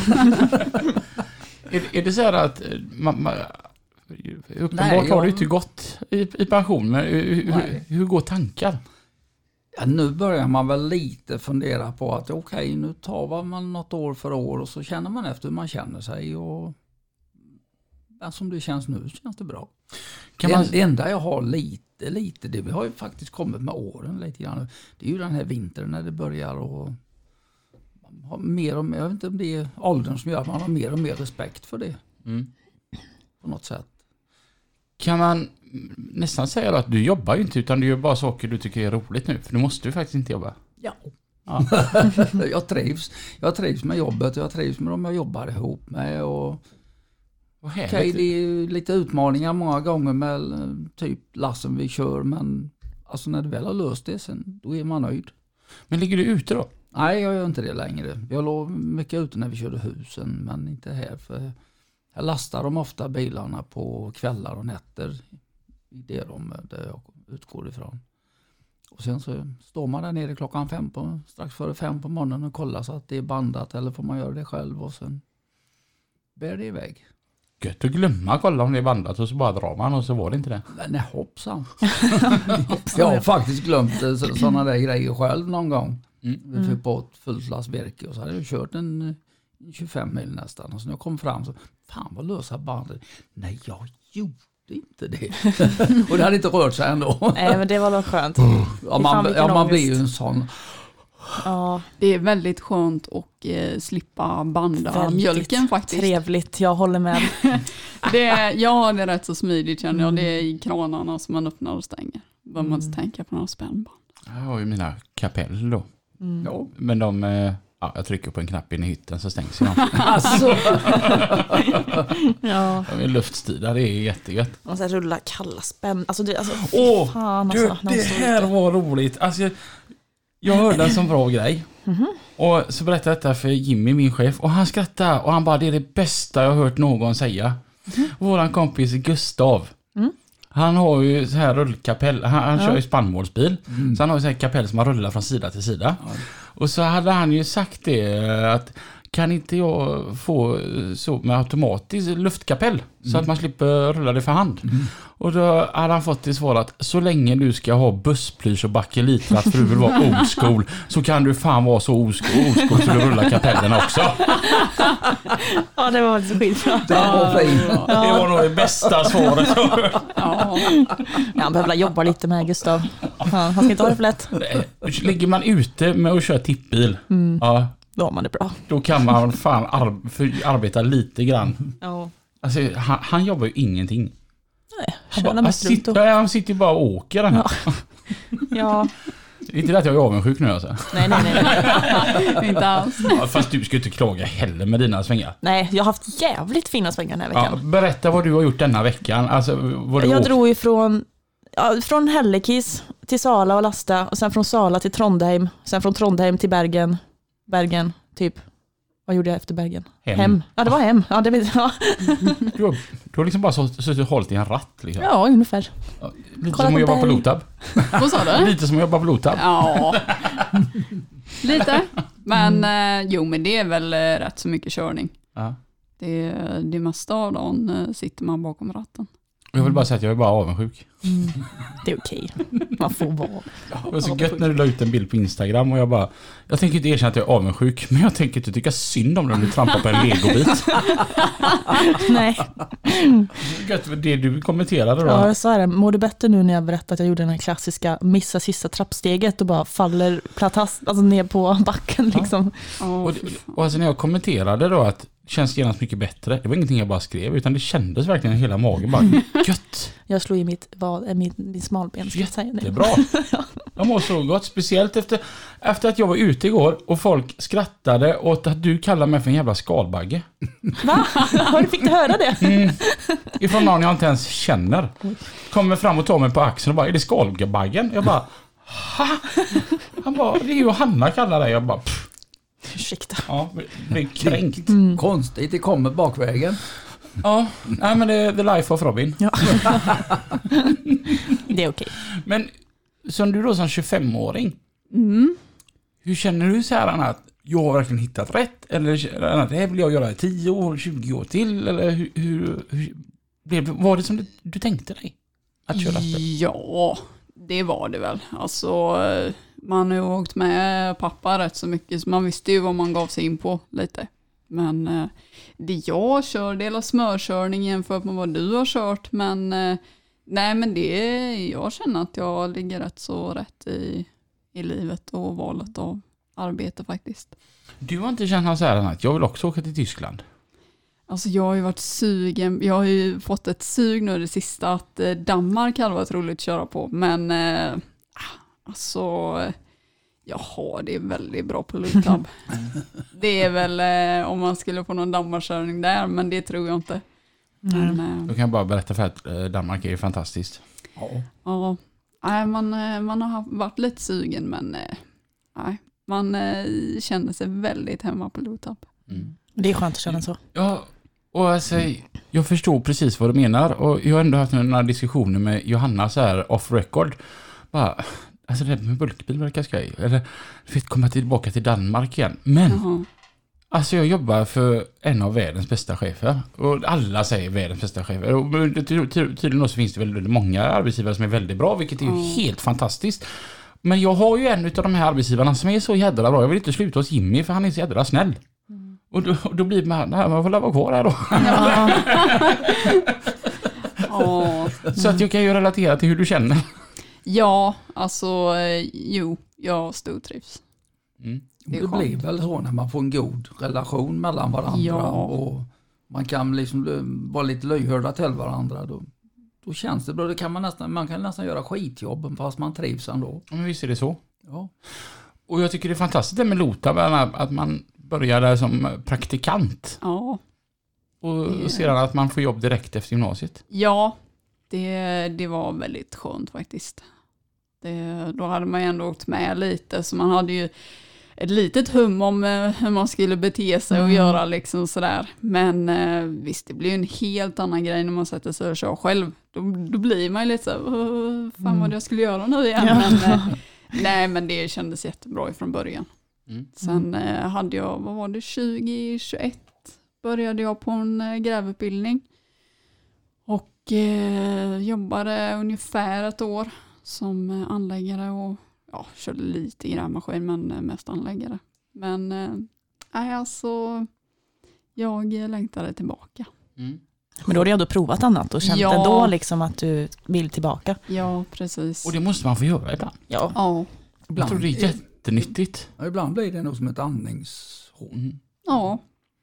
är det så här att uppenbart har du inte gått i pension, men hur går tankar?
Ja, nu börjar man väl lite fundera på att okej, nu tar man något år för år och så känner man efter hur man känner sig, och som det känns nu känns det bra. Det enda jag har lite, det har ju faktiskt kommit med åren lite grann. Det är ju den här vintern när det börjar, och man har mer och mer, jag vet inte om det är åldern som gör att man har mer och mer respekt för det. På något sätt. Kan man nästan säga att du jobbar ju inte, utan du gör bara saker du tycker är roligt nu, för du måste ju faktiskt inte jobba. Ja. Jag trivs med jobbet, jag trivs med dem jag jobbar ihop med, och okej, det är lite utmaningar många gånger med typ lassen vi kör, men alltså när du väl har löst det sen, då är man nöjd. Men ligger du ute då? Nej, jag gör inte det längre. Jag låg mycket ute när vi körde husen, men inte här, för jag lastar de ofta bilarna på kvällar och nätter i det där jag utgår ifrån. Och sen så står man där nere klockan 5 strax före 5 på morgonen och kollar så att det är bandat, eller får man göra det själv och sen bär det iväg.
Gött att glömma kolla om det är bandat och så bara drar man och så var det inte det.
Nej, hoppsan. Jag har faktiskt glömt sådana där grejer själv någon gång. Vi fick på ett fullt lass virke och så hade jag kört en 25 mil nästan. Och så när jag kom fram så, fan vad lösa bandet. Nej, jag gjorde inte det. Och det hade inte rört sig ändå.
Nej, men det var nog skönt.
Man blir ju en sån.
Ja,
Det är väldigt skönt att slippa banda mjölken faktiskt.
Trevligt, jag håller med.
Det är rätt så smidigt känner jag. Det är i kranarna som man öppnar och stänger. Bör man inte tänka på några spännband.
Jag har ju mina kapell då.
Ja.
Men jag trycker på en knapp in i hytten så stängs de.
Alltså.
Ja.
De är luftstyrda, det är jättegött.
Och så här rulla kalla spänn. Alltså det, alltså,
Åh, det här var roligt. Alltså, jag hörde en sån bra grej. Och så berättade detta för Jimmy, min chef. Och han skrattade och han bara, det är det bästa jag har hört någon säga. Våran kompis Gustav. Han har ju så här rullkapell. Han kör ju spannmålsbil. Så han har ju så här kapell som man rullar från sida till sida. Och så hade han ju sagt det att kan inte jag få så med automatisk luftkapell så att man slipper rulla det för hand. Och då hade han fått det svarat, så länge du ska ha bussplysch och bakelitrat för du vill vara old school så kan du fan vara så old school så du rullar kapellerna också.
Ja, det var så skitbra.
Det var fint.
Det var nog det bästa svaret.
Ja.
Han behöver jobba lite med Gustav. Han ska inte ha det för lätt.
Ligger man ute med att köra tippbil,
Då har man det bra.
då kan man fan arbeta lite grann.
Ja.
Alltså, han jobbar ju ingenting.
Nej,
Han sitter ju bara och åker den här.
Ja.
Det är inte det att jag är avundsjuk nu alltså.
Nej.
Inte alls.
Ja, fast du ska inte klaga heller med dina svängar.
Nej, jag har haft jävligt fina svängar den här veckan.
Ja, berätta vad du har gjort denna veckan. Alltså, vad du
Jag
åkt.
drog ju från Hällekis till Sala och lasta. Och sen från Sala till Trondheim. Sen från Trondheim till Bergen, typ. Vad gjorde jag efter Bergen? Hem. Ja, det var hem. Ja, det vet jag.
Du har liksom bara suttit och hållit i en ratt. Liksom.
Ja, ungefär.
Lite
Kolla
som att
på
jobba på
berg.
Lotab.
Vad sa du?
Lite som att jobba på Lotab.
Ja, lite. Men men det är väl rätt så mycket körning.
Ja.
Det mesta av dagen sitter man bakom ratten.
Jag vill bara säga att jag är bara avundsjuk.
Det är okej. Man får vara.
Det var så gött när du la ut en bild på Instagram och jag tänker inte erkänna att jag är avundsjuk, men jag tänker inte tycka synd om när du trampar på en legobit.
Nej.
Gött det du kommenterade då.
Ja, jag sa det. Mår du bättre nu när jag berättade att jag gjorde den här klassiska missa sista trappsteget och bara faller platast, alltså ner på backen liksom.
Och alltså när jag kommenterade då att känns genast mycket bättre. Det var ingenting jag bara skrev, utan det kändes verkligen i hela magen bara gött.
Jag slog i min smalben.
Det är bra. Jag mår så gott, speciellt efter att jag var ute igår och folk skrattade åt att du kallar mig för en jävla skalbagge.
Va? Fick du höra det?
Ifrån någon jag inte ens känner. Kommer fram och tar mig på axeln och bara, är det skalbaggen? Jag bara, ha? Han bara, det är ju Hanna kallar det. Jag bara, pff.
Ursäkta.
Ja, blir kränkt.
Konstigt, det kommer bakvägen.
Ja, nej, men det är the life of Robin.
Ja. Det är okej.
Men som du då som 25-åring, hur känner du så här Anna, att jag har verkligen hittat rätt? Eller det här vill jag göra i 10 år, 20 år till? Eller var det som du tänkte dig att köra spel?
Ja, det var det väl. Alltså, man har ju åkt med pappa rätt så mycket så man visste ju vad man gav sig in på lite. Men det jag kör, det är smörkörning jämfört med vad du har kört. Men nej, men jag känner att jag ligger rätt så rätt i livet och valet av arbete faktiskt.
Du har inte känt så här att jag vill också åka till Tyskland?
Alltså jag har ju varit sugen, jag har ju fått ett sug nu det sista att Danmark hade varit roligt att köra på. Men alltså, jaha, det är väldigt bra på Lotab. Det är väl om man skulle få någon Danmarkskörning där, men det tror jag inte. Men,
då kan jag bara berätta för att Danmark är ju fantastiskt.
Ja, nej, man har varit lite sugen, men nej, man känner sig väldigt hemma på Lotab.
Det är skönt att känna så.
Ja, och alltså, jag förstår precis vad du menar. Och jag har ändå haft några diskussioner med Johanna så här off record. Bara, Alltså det med bulkbil verkar skoj. Eller fick komma tillbaka till Danmark igen. Men alltså jag jobbar för en av världens bästa chefer. Och alla säger världens bästa chefer. Och tydligen så finns det väldigt många arbetsgivare som är väldigt bra, vilket är ju helt fantastiskt. Men jag har ju en av de här arbetsgivarna som är så jädra bra. Jag vill inte sluta hos Jimmy för han är så jädra snäll. Och då blir man får vara kvar här då. Så att jag kan ju relatera till hur du känner.
Ja, alltså jag stortrivs.
Det blir väl så när man får en god relation mellan varandra och man kan liksom vara lite löjhörda till varandra. Då känns det bra. Det kan man kan nästan göra skitjobb fast man trivs ändå.
Men visst är det så.
Ja.
Och jag tycker det är fantastiskt det med Lota, att man börjar där som praktikant.
Ja.
Och sedan att man får jobb direkt efter gymnasiet.
Ja, det var väldigt skönt faktiskt. Då hade man ju ändå åkt med lite, så man hade ju ett litet hum om hur man skulle bete sig och göra liksom sådär. Men visst, det blir ju en helt annan grej när man sätter sig och kör själv. Då blir man ju lite så fan vad jag skulle göra nu igen. Men, nej, men det kändes jättebra ifrån början. Sen hade jag, 2021 började jag på en grävutbildning. Och jobbade ungefär ett år som anläggare och körde lite grävmaskin, men mest anläggare. Men alltså jag längtade tillbaka.
Men då har du ändå provat annat och känt ändå liksom att du vill tillbaka.
Ja, precis.
Och det måste man få göra ibland.
Ja.
Jag tror det är jättenyttigt.
Ja, ibland blir det nog som ett andningshål.
Ja.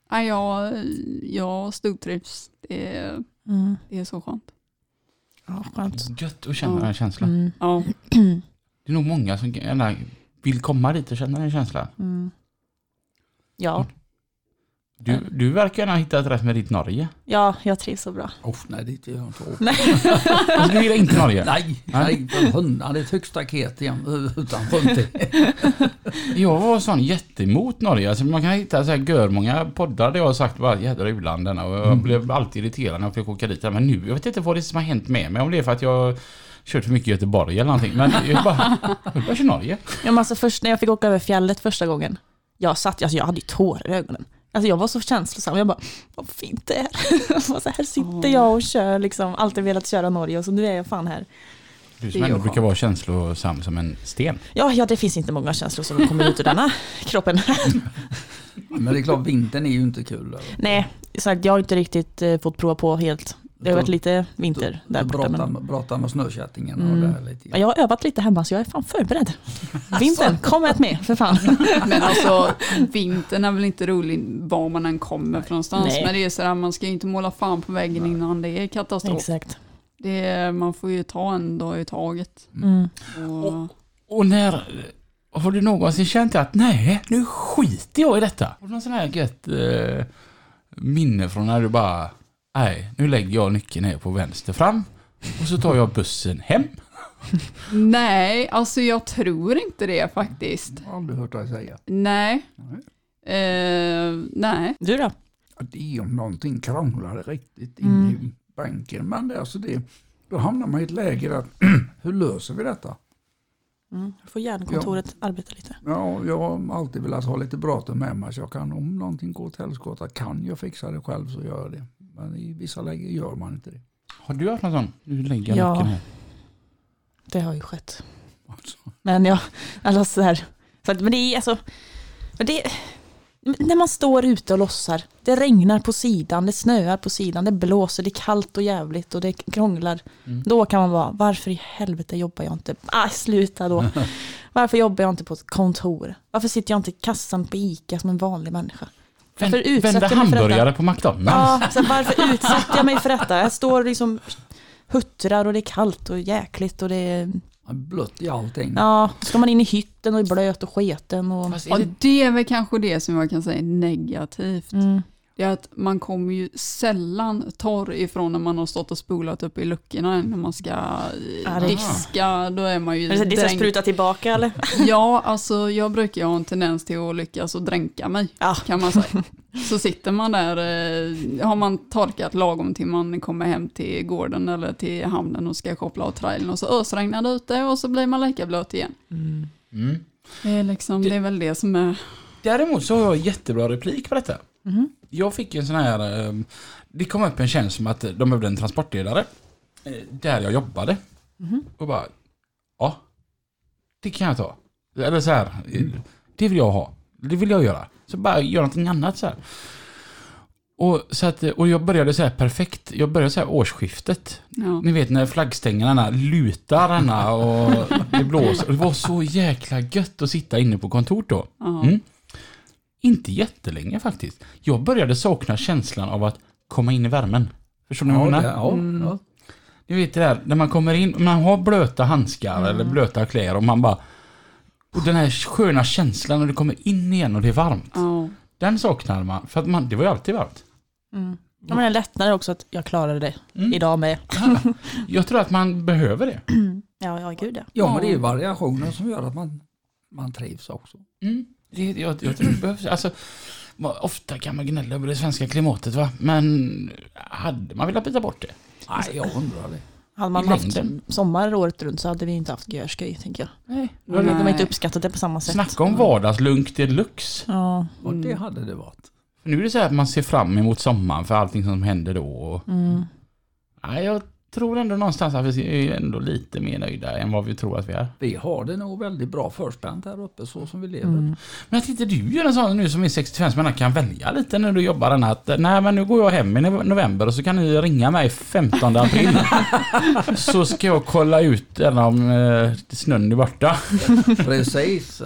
Jag stortrivs. Det är så skönt.
Ja, skönt.
Gött att känna den känslan.
Ja.
Det är nog många som gärna vill komma dit och känna den känslan.
Ja.
Du verkar gärna ha hittat rätt med ditt Norge.
Ja, jag trivs så bra.
Nej, det är jag inte.
Alltså, du gillar inte Norge?
Nej, för hundar, det är ett högt staket igen, utan runt.
Jag var sån jättemot Norge. Alltså, man kan hitta så här görmånga poddar där jag har sagt bara jädra u-landen, och jag blev alltid irriterad när jag fick åka dit. Men nu, jag vet inte vad det är som har hänt med mig. Om det är för att jag kört för mycket i Göteborg eller någonting. Men jag bara kör Norge. Ja,
men alltså först när jag fick åka över fjället första gången, jag hade ju tårar i ögonen. Alltså jag var så känslosam. Jag bara, vad fint det är. Så här sitter jag och kör liksom. Alltid velat köra Norge och så nu är jag fan här.
Du som ändå brukar vara känslosam som en sten.
Ja, det finns inte många känslor som kommer ut ur denna kroppen.
Men det är klart, vintern är ju inte kul. Eller?
Nej, sagt, jag har inte riktigt fått prova på helt. Det har varit lite vinter där borta.
Brata med snökättingen och där lite.
Ja, jag har övat lite hemma så jag är fan förberedd. Vintern, kom med för fan.
Men alltså, vintern är väl inte rolig var man än kommer från någonstans.
Nej.
Men det är så där, man ska ju inte måla fan på väggen innan det är katastrof.
Exakt.
Man får ju ta en dag i taget.
Och när har du någonsin känt att nej, nu skiter jag i detta? Har du någon sån här gött minne från när du bara, nej, nu lägger jag nyckeln här på vänster fram och så tar jag bussen hem?
Nej, alltså jag tror inte det faktiskt.
Jag har aldrig hört dig säga.
Nej. Nej.
Du då?
Det är om någonting krånglar riktigt in i banken. Men då hamnar man i ett läge att hur löser vi detta?
Får hjärnkontoret arbeta lite.
Ja, jag har alltid velat ha lite bra med mig, så jag kan, om någonting går åt helskotta, kan jag fixa det själv så gör jag det. Men i vissa lägen gör man inte det.
Har du haft någon sån? Du lägger nyckeln här.
Det har ju skett. Men så här. Men det är alltså, när man står ute och lossar, det regnar på sidan, det snöar på sidan, det blåser, det är kallt och jävligt och det krånglar. Då kan man vara, varför i helvete jobbar jag inte? Sluta då. Varför jobbar jag inte på ett kontor? Varför sitter jag inte i kassan på ICA som en vanlig människa? Varför utsätter jag mig för
hamburgare på McDonald's?
Ja, så varför utsätter jag mig för detta? Jag står liksom huttrar och det är kallt och jäkligt och det är
blött i allting.
Ja, ska man in i hytten och är blöt och sketen. Och
det är väl kanske det som jag kan säga är negativt. Det är att man kommer ju sällan torr ifrån när man har stått och spolat upp i luckorna när man ska diska. Då är man ju
det ska spruta tillbaka eller?
Ja, alltså jag brukar ju ha en tendens till att lyckas och dränka mig, kan man säga. Så sitter man där, har man torkat lagom till man kommer hem till gården eller till hamnen och ska koppla av trailern och så ösregnar det ute och så blir man lika blöt igen. Det är liksom, det är väl det som är...
Däremot så har jag jättebra replik på detta. Jag fick en sån här... Det kom upp en tjänst som att de behövde en transportledare. Där jag jobbade. Och bara... Ja. Det kan jag ta. Eller så här... Det vill jag ha. Det vill jag göra. Så bara göra någonting annat så här. Och jag började så här perfekt. Jag började så här årsskiftet. Ja. Ni vet när flaggstängerna lutar och det blåser. Och det var så jäkla gött att sitta inne på kontor då. Inte jättelänge faktiskt. Jag började sakna känslan av att komma in i värmen. Förstår ni vad jag menar? Ja. Ni vet det där, när man kommer in, man har blöta handskar eller blöta kläder och man bara... Och den här sköna känslan när det kommer in igen och det är varmt. Den saknar man, för att det var ju alltid varmt.
Ja, men det lättnar också att jag klarade det idag med.
Jag tror att man behöver det.
Ja, gud ja.
Ja, men det är ju variationer som gör att man trivs också.
Jag tror det behövs. Alltså, ofta kan man gnälla över det svenska klimatet, va? Men hade man velat byta bort det?
Nej, jag undrar det.
Hade man haft sommar året runt så hade vi inte haft görskoj, tänker jag. Nej. De har inte uppskattat det på samma sätt.
Snacka om vardagslunk deluxe.
Ja.
Och det hade det varit.
För nu är det så här att man ser fram emot sommaren för allting som händer då. Nej, jag tror ändå någonstans att vi är ändå lite mer nöjda än vad vi tror att vi är.
Vi har det nog väldigt bra förspänt här uppe så som vi lever.
Men att inte du gör en sån nu som är 65 men man kan välja lite när du jobbar den att nej men nu går jag hem i november och så kan ni ringa mig 15 april. Så ska jag kolla ut om snön är borta.
Precis,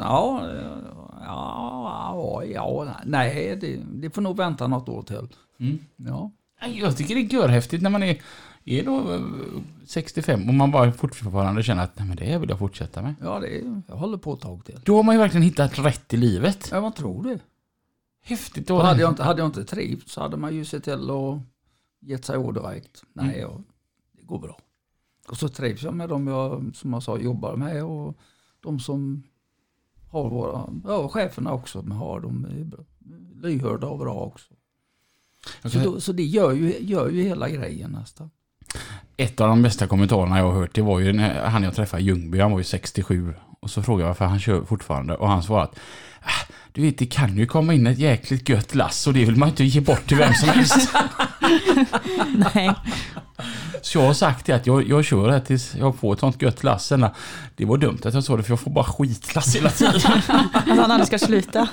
nej det får nog vänta något år till. Ja.
Jag tycker det är görhäftigt när man är då 65 och man bara fortfarande känner att nej, men det vill jag fortsätta med.
Ja, jag håller på ett tag till.
Då har man ju verkligen hittat rätt i livet.
Ja, man tror det.
Häftigt.
Då hade jag inte trivts så hade man ju sett till att gett sig ord direkt. Nej, det går bra. Och så trivs jag med dem jag, som jag sa, jobbar med och de som har våra, cheferna också, men har de lyhörda och bra också. Okay. Så det gör ju hela grejen nästan.
Ett av de bästa kommentarerna jag har hört, det var ju när han jag träffade i Ljungby, han var ju 67 och så frågade jag varför han kör fortfarande och han svarade att du vet, det kan ju komma in ett jäkligt gött lass och det vill man inte ge bort till vem som helst.
Nej.
Så jag har sagt det att jag kör här tills jag får ett sånt gött lass. Det var dumt att jag sa det för jag får bara skitlass hela tiden.
Att han aldrig ska sluta.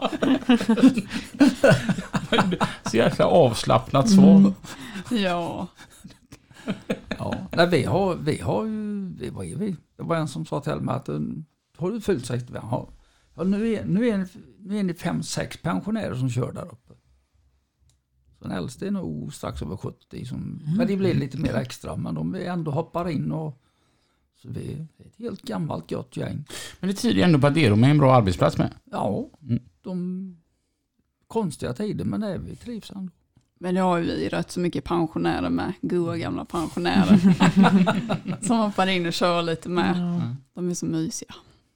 Så jäkla avslappnat svar.
Ja.
Ja. Nej, vi har ju, det var en som sa till mig att har du fyllt 60? Ja, nu är ni 5-6 pensionärer som kör där uppe. Så den äldste är nog strax över 70 men det blir lite mer extra, men de ändå hoppar in och så det är ett helt gammalt gott gäng.
Men det tyder ändå på att det är en bra arbetsplats med.
Ja, de konstiga tider, men det vi trivs ändå.
Men det har ju vi rätt så mycket pensionärer med, goda gamla pensionärer som hoppar in och kör lite med. De är så mysiga.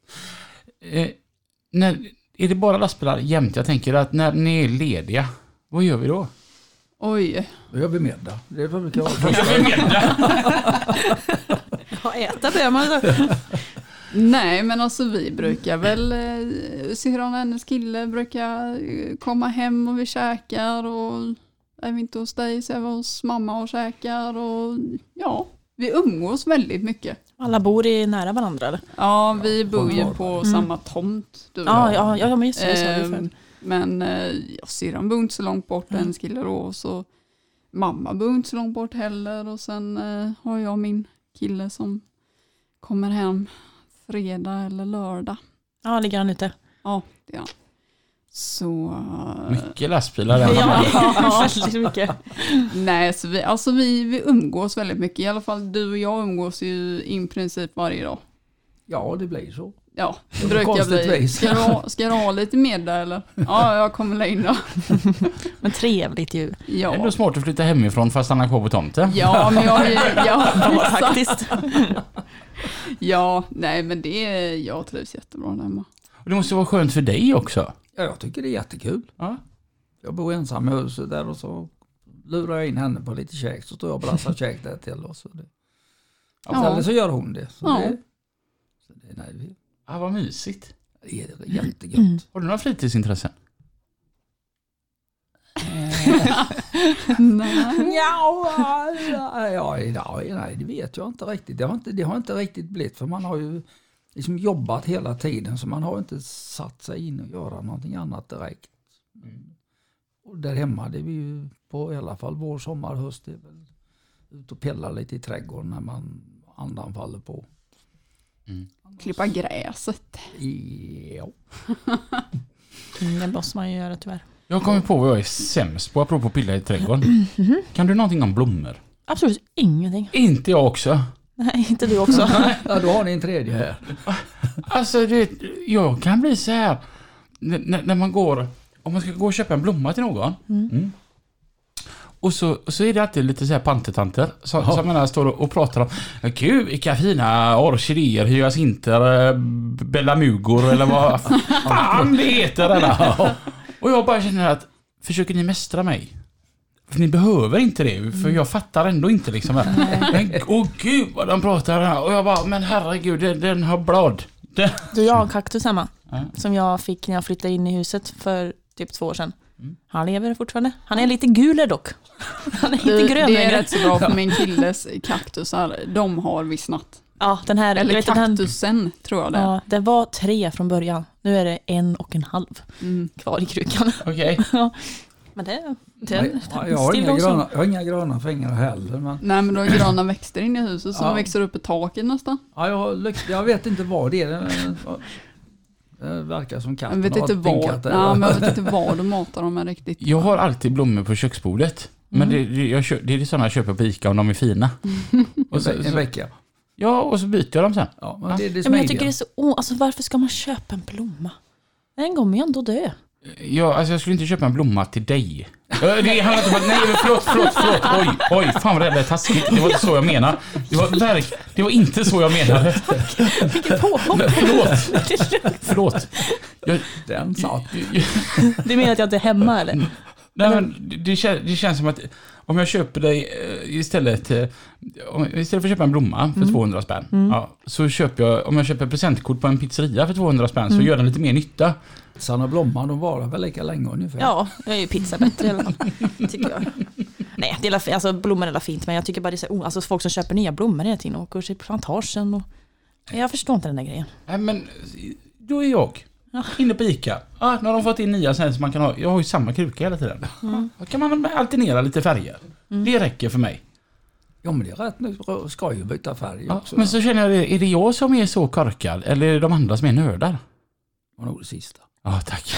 Är det bara lastbilar jämt? Jag tänker att när ni är lediga, vad gör vi då?
Oj.
Då gör vi middag. Det är vad vi kan
Ja, äta det man så.
Nej, men alltså vi brukar väl, syrran och hennes kille brukar komma hem och vi käkar och är vi inte hos dig så är vi hos mamma och käkar och ja, vi umgås väldigt mycket.
Alla bor i nära varandra eller?
Ja, vi bor ju på samma tomt.
Ja, men just det.
Men syrran bor inte så långt bort, hennes kille då, så mamma bor inte så långt bort heller och sen har jag min kille som kommer hem fredag eller lördag.
Ja, ligger han ute?
Ja, det är han. Så...
Mycket lastbilar där.
Ja, väldigt mycket.
Nej, så vi umgås väldigt mycket. I alla fall du och jag umgås ju i princip varje dag.
Ja, det blir så.
Ja, det brukar bli. Ska du ha lite middag eller? Ja, jag kommer in då.
Men trevligt ju.
Ja.
Det är ändå smart att flytta hemifrån för att stanna kvar på tomten.
Ja, men
faktiskt.
Ja, nej men jag trivs jättebra där hemma.
Och det måste vara skönt för dig också.
Ja, jag tycker det är jättekul.
Ja.
Jag bor ensam i huset där och så lurar jag in henne på lite käk, så står jag och brassar käk där till. Och så det.
Ja.
Eller så gör hon det. Så
Ja.
Vad mysigt.
Det är jättegött.
Har du några fritidsintressen?
Nej, det vet jag inte riktigt. Det har inte riktigt blivit, för man har ju liksom jobbat hela tiden, så man har inte satt sig in och göra någonting annat direkt. Och där hemma, det är vi ju på i alla fall vår, sommar, höst, det är väl ut och pilla lite i trädgården när man andan faller på.
Klippa gräset.
Ja.
Det måste man ju göra tyvärr.
Jag kommer på vad jag är sämst på, apropå pilla i trädgården. Kan du någonting om blommor?
Absolut ingenting.
Inte jag också.
Nej, inte du också.
Ja, då har ni en tredje här.
Alltså, jag kan bli så här. När man går, om man ska gå och köpa en blomma till någon. Och så är det alltid lite så här pantetanter som man står och pratar om. Gud, vilka fina orkidéer, hyacinter, bellamugor eller vad fan det heter. Eller. Och jag bara känner att, försöker ni mästra mig? För ni behöver inte det, för jag fattar ändå inte liksom. Men gud vad de pratar här. Och jag bara, men herregud, den har blad.
Du, jag har en kaktus hemma som jag fick när jag flyttade in i huset för typ 2 år sedan. Han lever fortfarande. Han är lite gul dock. Han är lite grön.
Det är rätt så bra för min killes kaktusar. De har vissnat.
Ja, den här.
Eller kaktusen tror jag det.
Ja, det var 3 från början. Nu är det 1,5 kvar i krukan.
Okej.
Ja. Men
jag har inga gröna fingrar heller. Men...
Nej, men du har gröna växter inne i huset som växer upp i taket nästan.
Ja, jag vet inte vad det är. Det verkar som katten.
Jag vet inte vad de matar dem med riktigt.
Jag har alltid blommor på köksbordet. Men det är sådana jag köper på Ica om de är fina.
Och så, en vecka.
Ja, och så byter jag dem sen.
Ja, men jag tycker det är så... alltså, varför ska man köpa en blomma? En gång är jag ändå dö.
Ja, alltså jag skulle inte köpa en blomma till dig. Det handlar inte om... Nej, förlåt. Oj, fan vad det är taskigt. Det var inte så jag menade. Det var inte så jag menade.
Vilken påhopp.
Förlåt.
Den satt.
Du menar att jag inte är hemma, eller?
Nej, men det känns som att om jag köper dig istället för att köpa en blomma för 200 spänn, så köper jag, om jag köper presentkort på en pizzeria för 200 spänn så gör den lite mer nytta. Sanna blomman, de varar väl lika länge ungefär.
Ja, jag är ju pizza bättre i alla fall, tycker jag. Nej, det är alltså, blommor är fint, men jag tycker bara det är så, alltså folk som köper nya blommor hela tiden och åker till plantagen och jag förstår inte den där grejen.
Nej, men då är jag inne på Ica. Ja, nu har de fått in nya sen så man kan ha, jag har ju samma kruka hela tiden. Då kan man alternera lite färger. Det räcker för mig.
Ja, men det är rätt, nu ska ju byta färg också.
Men så känner jag, är det jag som är så korkad eller är det de andra som är nördar?
Det var nog det sista.
Ja, tack.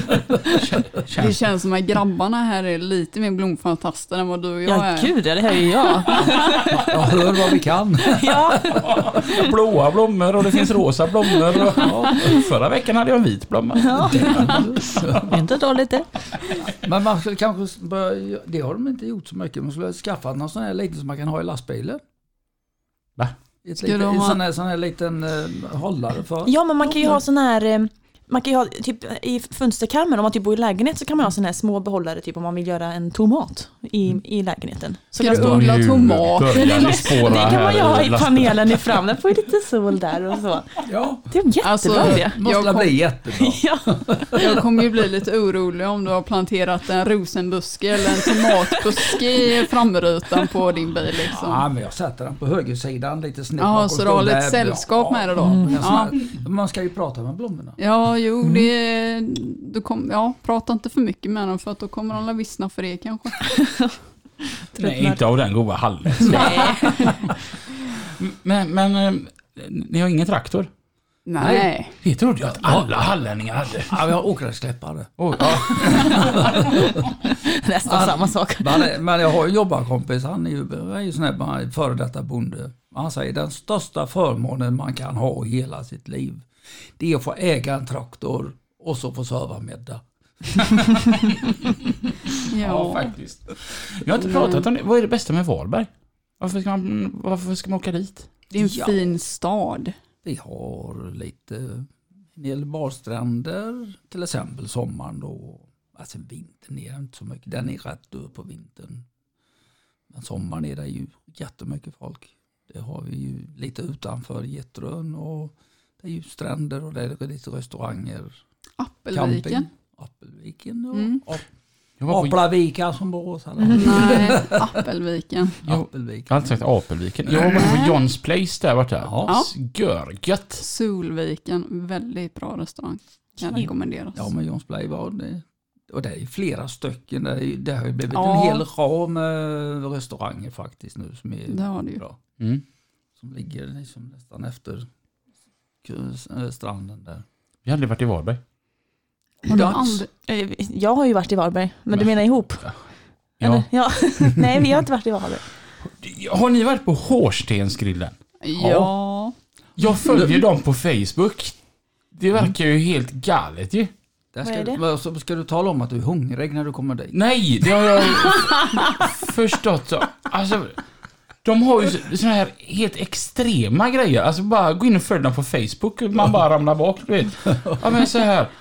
Det känns som att grabbarna här är lite mer blomfantaster än vad du och jag är.
Ja, gud, det här är jag.
Jag hör vad vi kan.
Ja.
Blåa blommor och det finns rosa blommor. Och, förra veckan hade jag en vit blomma.
Ja. Inte dåligt det.
Men man skulle kanske börja, det har de inte gjort så mycket. Man skulle skaffa någon sån här liten som man kan ha i lastbilen.
Va?
En sån här liten hållare för.
Ja, men man kan ju ha sån här... Man kan ju ha typ i fönsterkarmen, om man typ bor i lägenhet så kan man ha såna här små behållare typ om man vill göra en tomat i lägenheten. Så
ska du odla tomat?
Det kan man ju ha i panelen i fram. Den får ju lite sol där och så.
Ja.
Det är jättebra det.
Måste bli jättebra.
Ja.
Jag kommer ju bli lite orolig om du har planterat en rosenbuske eller en tomatbuske i framrutan på din bil liksom.
Ja, men jag sätter den på högersidan lite snett.
Ja, så du har lite sällskap med det då.
Man ska ju prata med blommorna.
Ja, jo, prata inte för mycket med dem för att då kommer de att vissna för det kanske.
Nej, inte av den goda hallen. men ni har ingen traktor?
Nej.
Det trodde jag att alla hallänningar hade.
Ja, vi har åkgräsklippare.
Nästan samma sak.
Men jag har ju jobbarkompis, han är ju sån här före detta bonde. Han säger den största förmånen man kan ha i hela sitt liv, Det är att få äga en traktor och så få serva middag.
Ja, faktiskt. Jag har inte pratat om det. Vad är det bästa med Varberg? Varför ska man åka dit?
Det är en fin stad.
Vi har en del badstränder, till exempel sommaren då. Alltså vintern är inte så mycket. Den är rätt död på vintern. Men sommaren är det ju jättemycket folk. Det har vi ju lite utanför Gettrön och det är ju stränder och det är lite restauranger.
Appelviken.
Appelviken och Aplavika som Borås.
Nej, Appelviken.
Jag har alltid sagt Apelviken. Jag var på Johns Place där borta.
Ja.
Görgött.
Solviken, väldigt bra restaurang. Kan rekommenderas.
Ja, men Johns Place var det. Och det är flera stycken. Det har ju blivit en hel rad med restauranger faktiskt nu som är
det har det ju.
bra.
Mm.
Som ligger liksom nästan efter stranden där.
Vi har aldrig varit i Varberg.
Jag har ju varit i Varberg, men du menar ihop?
Ja.
Ja. Nej, vi har inte varit i Varberg.
Har ni varit på Hårstensgrillen?
Ja.
Jag följer dem på Facebook. Det verkar ju helt galet ju.
Så ska du tala om att du är hungrig när du kommer dit?
Nej, det har jag förstått. Alltså, de har ju såna här helt extrema grejer. Alltså bara gå in och följa dem på Facebook och man bara ramlar bak, du vet. Ja, men så här.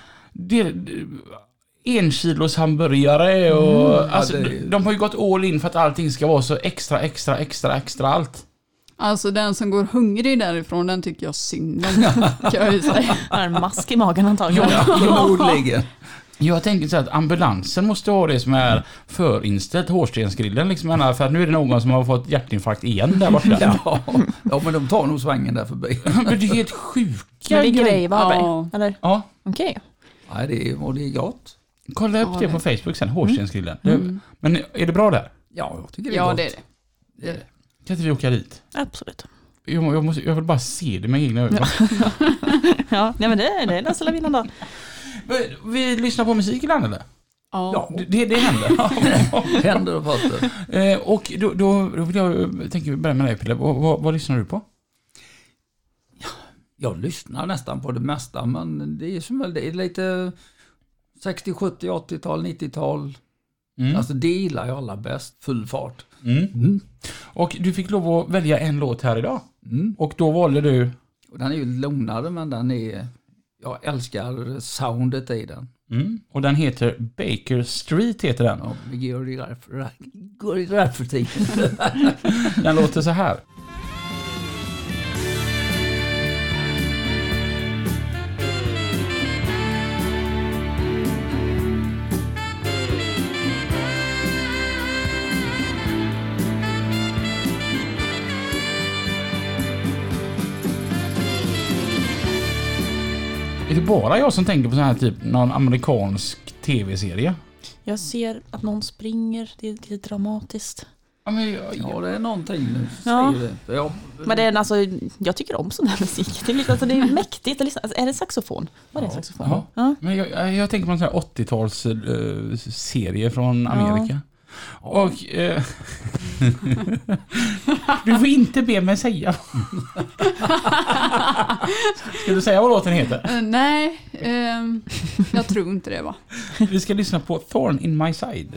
En kilos hamburgare och alltså, de har ju gått all in för att allting ska vara så extra allt.
Alltså den som går hungrig därifrån, den tycker jag synd om, kan jag ju säga.
Har en mask i magen antagligen.
Förmodligen.
Jag tänker så att ambulansen måste ha det som är förinställt Hårstensgrillen liksom, för att nu är det någon som har fått hjärtinfarkt igen där borta.
Ja, men de tar nog svängen där förbi.
Men det är helt sjuka.
Men ligger det i Varberg?
Ja.
Eller?
Ja.
Okej.
Nej, det är gott.
Kolla upp det på Facebook sen, Hårstensgrillen. Men är det bra där?
Ja, jag tycker det är gott.
Det är det.
Kan inte vi åka dit?
Absolut.
Jag vill bara se det med egna ögon.
Ja, men det är nästan la vinna då.
Vi lyssnar på musik ibland eller?
Ja.
Det händer.
Händer och fötter.
Och då vill jag tänka börja med dig, Pelle. Vad lyssnar du på?
Jag lyssnar nästan på det mesta, men det är som det är lite 60, 70, 80-tal, 90-tal. Alltså det gillar jag alla bäst. Full fart.
Och du fick lov att välja en låt här idag. Och då valde du...
Och den är ju lugnare, men den är... Jag älskar soundet i den.
Och den heter Baker Street heter den.
Ja, vi går i rättförtiden.
Den låter så här. Är det bara jag som tänker på sån här typ någon amerikansk tv-serie?
Jag ser att någon springer, det är lite dramatiskt.
Ja,
det är någonting nu.
Ja.
Ja. Men
det är alltså, jag tycker om sån här musik. Det är, lite, alltså, det är mäktigt. Alltså, är det saxofon? Vad är det saxofon?
Ja. Men jag tänker på en sån här 80-tals serie från Amerika. Ja. Och du får inte be mig säga. Ska du säga vad låten heter?
Nej, jag tror inte det, va?
Vi ska lyssna på Thorn in My Side.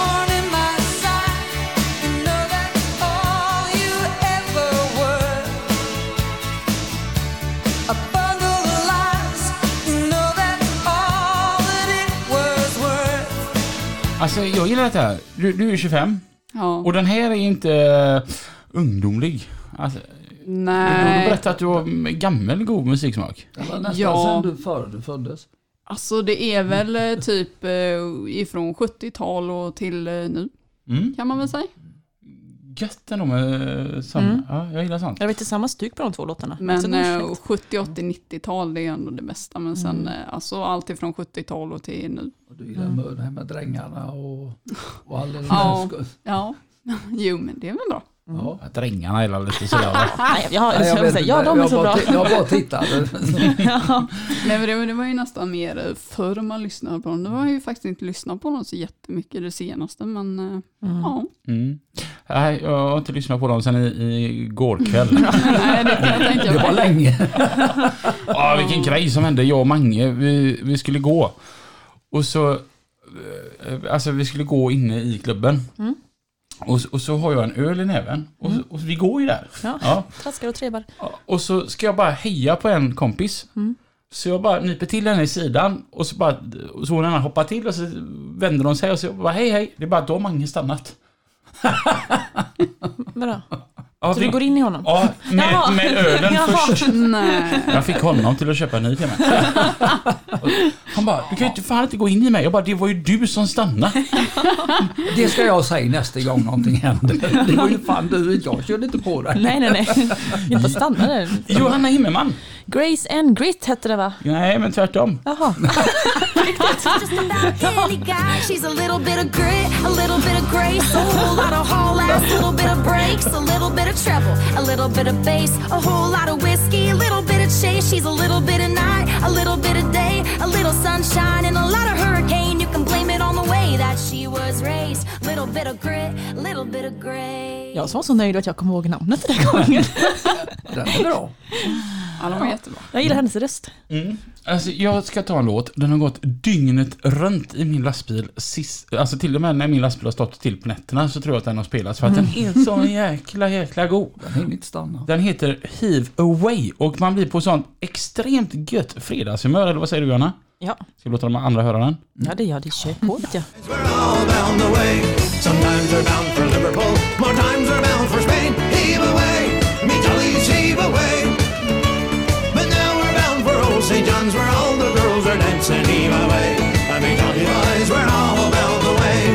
Alltså jag gillar det här. Du är 25.
Ja.
Och den här är inte ungdomlig. Alltså,
nej.
Du berättade att du har gammal god musiksmak.
Det var nästan sen du föddes.
Alltså det är väl typ ifrån 70-tal och till nu. Kan man väl säga.
Gött ändå med sån. Ja, jag gillar sånt.
Jag vet inte samma stuk på de två låtarna.
Men 70, 80, 90-tal det är ändå det bästa. Men sen alltså allt ifrån 70-tal och till nu.
Och du gillar med drängarna och all den
ja. Jo, men det är väl bra.
Att drängarna är lite sådär.
Nej, de är så bra.
Jag bara tittade.
Ja.
Nej, men det var ju nästan mer förr man lyssnade på dem. Det var ju faktiskt inte lyssnat på dem så jättemycket det senaste, men ja.
Nej, jag har inte lyssnat på dem sedan igår kväll.
Nej, det kan jag tänka mig.
Det var länge.
Ja, vilken grej som hände. Jag och Mange, vi skulle gå. Och så, alltså vi skulle gå inne i klubben. Och så har jag en öl i näven. Och vi går ju där.
Ja. Traskar och trebar.
Och så ska jag bara heja på en kompis. Så jag bara nyper till henne i sidan. Och så hon hoppar till. Och så vänder de sig. Och så jag bara hej. Det är bara då Mange stannat.
Vadå?
Ja,
så du går in i honom?
Ja, med ölen först.
Nej.
Jag fick honom till att köpa en ny till mig. Han bara, du kan ju fan inte gå in i mig. Jag bara, det var ju du som stannade.
Det ska jag säga nästa gång någonting händer. Det var ju fan du, jag körde inte på dig.
Nej. Inte stannade.
Johanna Himmelman.
Grace and Grit hette det, va?
Nej, men tvärtom.
Jaha.
Just about any guy. She's a little bit of grit, a little bit of grace, a whole lot of haul ass, a little bit of breaks, a little bit of treble, a little bit of bass, a whole lot of whiskey, a little bit of chase. She's a little bit of night, a little bit of day, a little sunshine and a lot of hurricane. You can blame it on the way that she was raised. Little bit of grit, little bit of grace.
Jag var så nöjd att jag kom ihåg namnet den gången.
Den är bra.
Ja, de var jättebra.
Jag gillar hennes röst.
Alltså, jag ska ta en låt. Den har gått dygnet runt i min lastbil. Alltså till och med när min lastbil har stått till på nätterna så tror jag att den har spelats. För att den är så jäkla god.
Den hinner inte stanna.
Den heter Heave Away. Och man blir på sånt extremt gött fredagshumör. Eller vad säger du, Johanna?
Ja.
Ska vi låta de andra höra den?
Ja, det gör det. Kör på, vet jag.
We're all bound away. Sometimes they're bound for Liverpool, more times they're bound for Spain. Heave away, me jollies heave away. But now we're bound for old St. John's, where all the girls are dancing. Heave away, and me jolly boys, we're all bound away.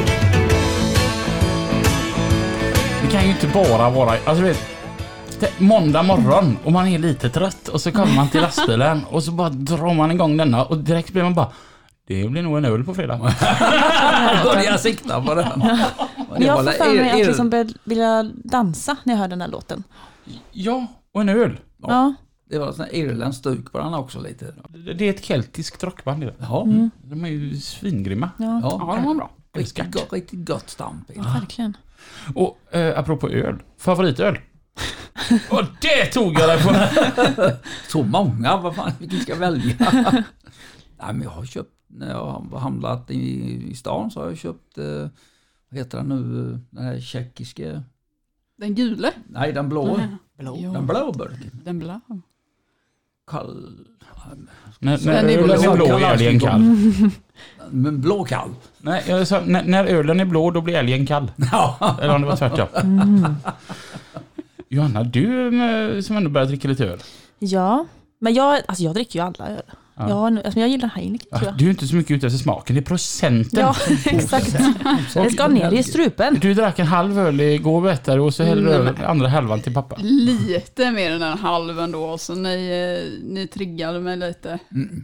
Det kan ju inte bara vara... Alltså, du vet, måndag morgon och man är lite trött och så kommer man till lastbilen och så bara drar man igång denna och direkt blir man bara... Det blir nog en öl på fredag.
Börjar sikta på den.
Men jag får för mig att liksom vilja dansa när jag hör den här låten.
Ja, och en öl.
Ja.
Det var en sån här irländsk stuk på den också lite.
Det är ett keltiskt rockband.
Ja.
De är ju svingrymma.
Ja.
Ja,
de var bra.
Riktigt gott stamp.
Ja, verkligen.
Och apropå öl, favoritöl. Och det tog jag dig på.
Så många, vad fan, vilken ska jag välja? Nej, men jag har köpt, när jag har handlat i stan så har jag köpt, vad heter den nu, den här tjeckiska.
Den gule?
Nej, den blå.
Blå.
Den blå burken.
Den blå.
Kall.
När
Den är
ölen
blå.
är blå är älgen kall.
Men blå kall.
Nej, jag sa, när ölen är blå då blir älgen kall.
Ja.
Eller om det var tvärtom. Johanna, du som ändå börjar dricka lite öl.
Ja, men jag dricker ju alla öl.
Ja.
Jag gillar Heineken, tror jag.
Du är inte så mycket ute efter smaken, det är procenten.
Ja, exakt. Det ska ner i strupen.
Du drack en halv öl igår, berättade, och så hällde du andra halvan till pappa.
Lite mer än en halv ändå, så ni triggade mig lite.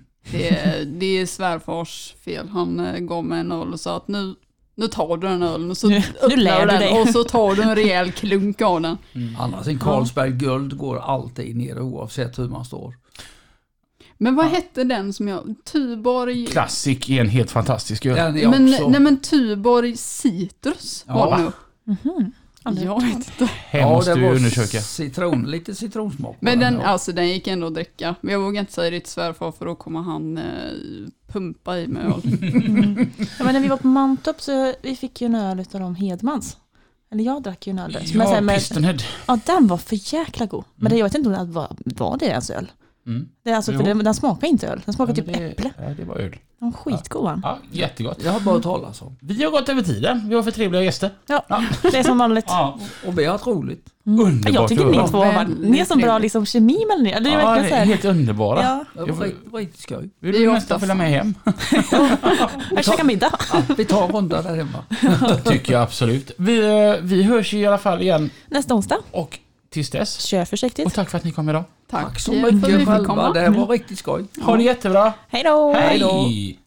Det är svärfars fel. Han gav mig en öl och sa att nu tar du en öl och så öppnar du den och så tar du en rejäl klunk av den.
Annars en Carlsberg Guld går alltid ner oavsett hur man står.
Men vad hette den som jag... Tuborg...
Classic är en helt fantastisk öl.
Den är också...
Men Tuborg Citrus var det nog. Jag vet inte.
Här måste du undersöka.
Lite citronsmak.
Men den gick ändå att dricka. Men jag vågar inte säga det till svärfar för då kommer han pumpa i mig öl.
Ja, men när vi var på Mantorp så vi fick ju en öl utav de Hedmans. Eller jag drack ju en öl.
Pistonhead.
Ja, den var för jäkla god. Men jag vet inte om det var det ens öl. Det är alltså, för den smakar inte öl. Den smakar typ äpple.
Ja, det var öl.
Den var skitgod.
Ja, jättegott.
Jag har bara talat om.
Vi har gått över tiden. Vi var för trevliga gäster.
Ja, det är som vanligt.
Ja.
Och vi har haft roligt.
Underbart.
Jag tycker ni två ni är så bra liksom, kemi mellan er. Det är verkligen så här.
Helt underbara.
Ja.
Det var riktigt skoj.
Vill du nästan följa med hem?
Jag käkar middag.
Ja, vi tar en runda där hemma.
Tycker jag absolut. Vi hörs i alla fall igen.
Nästa onsdag.
Och tills dess.
Kör försiktigt.
Och tack för att ni kom idag.
Tack så
för att vi
mycket
fick
själva.
komma.
Det var riktigt skoj.
Ha det jättebra.
Hej då!
Hej!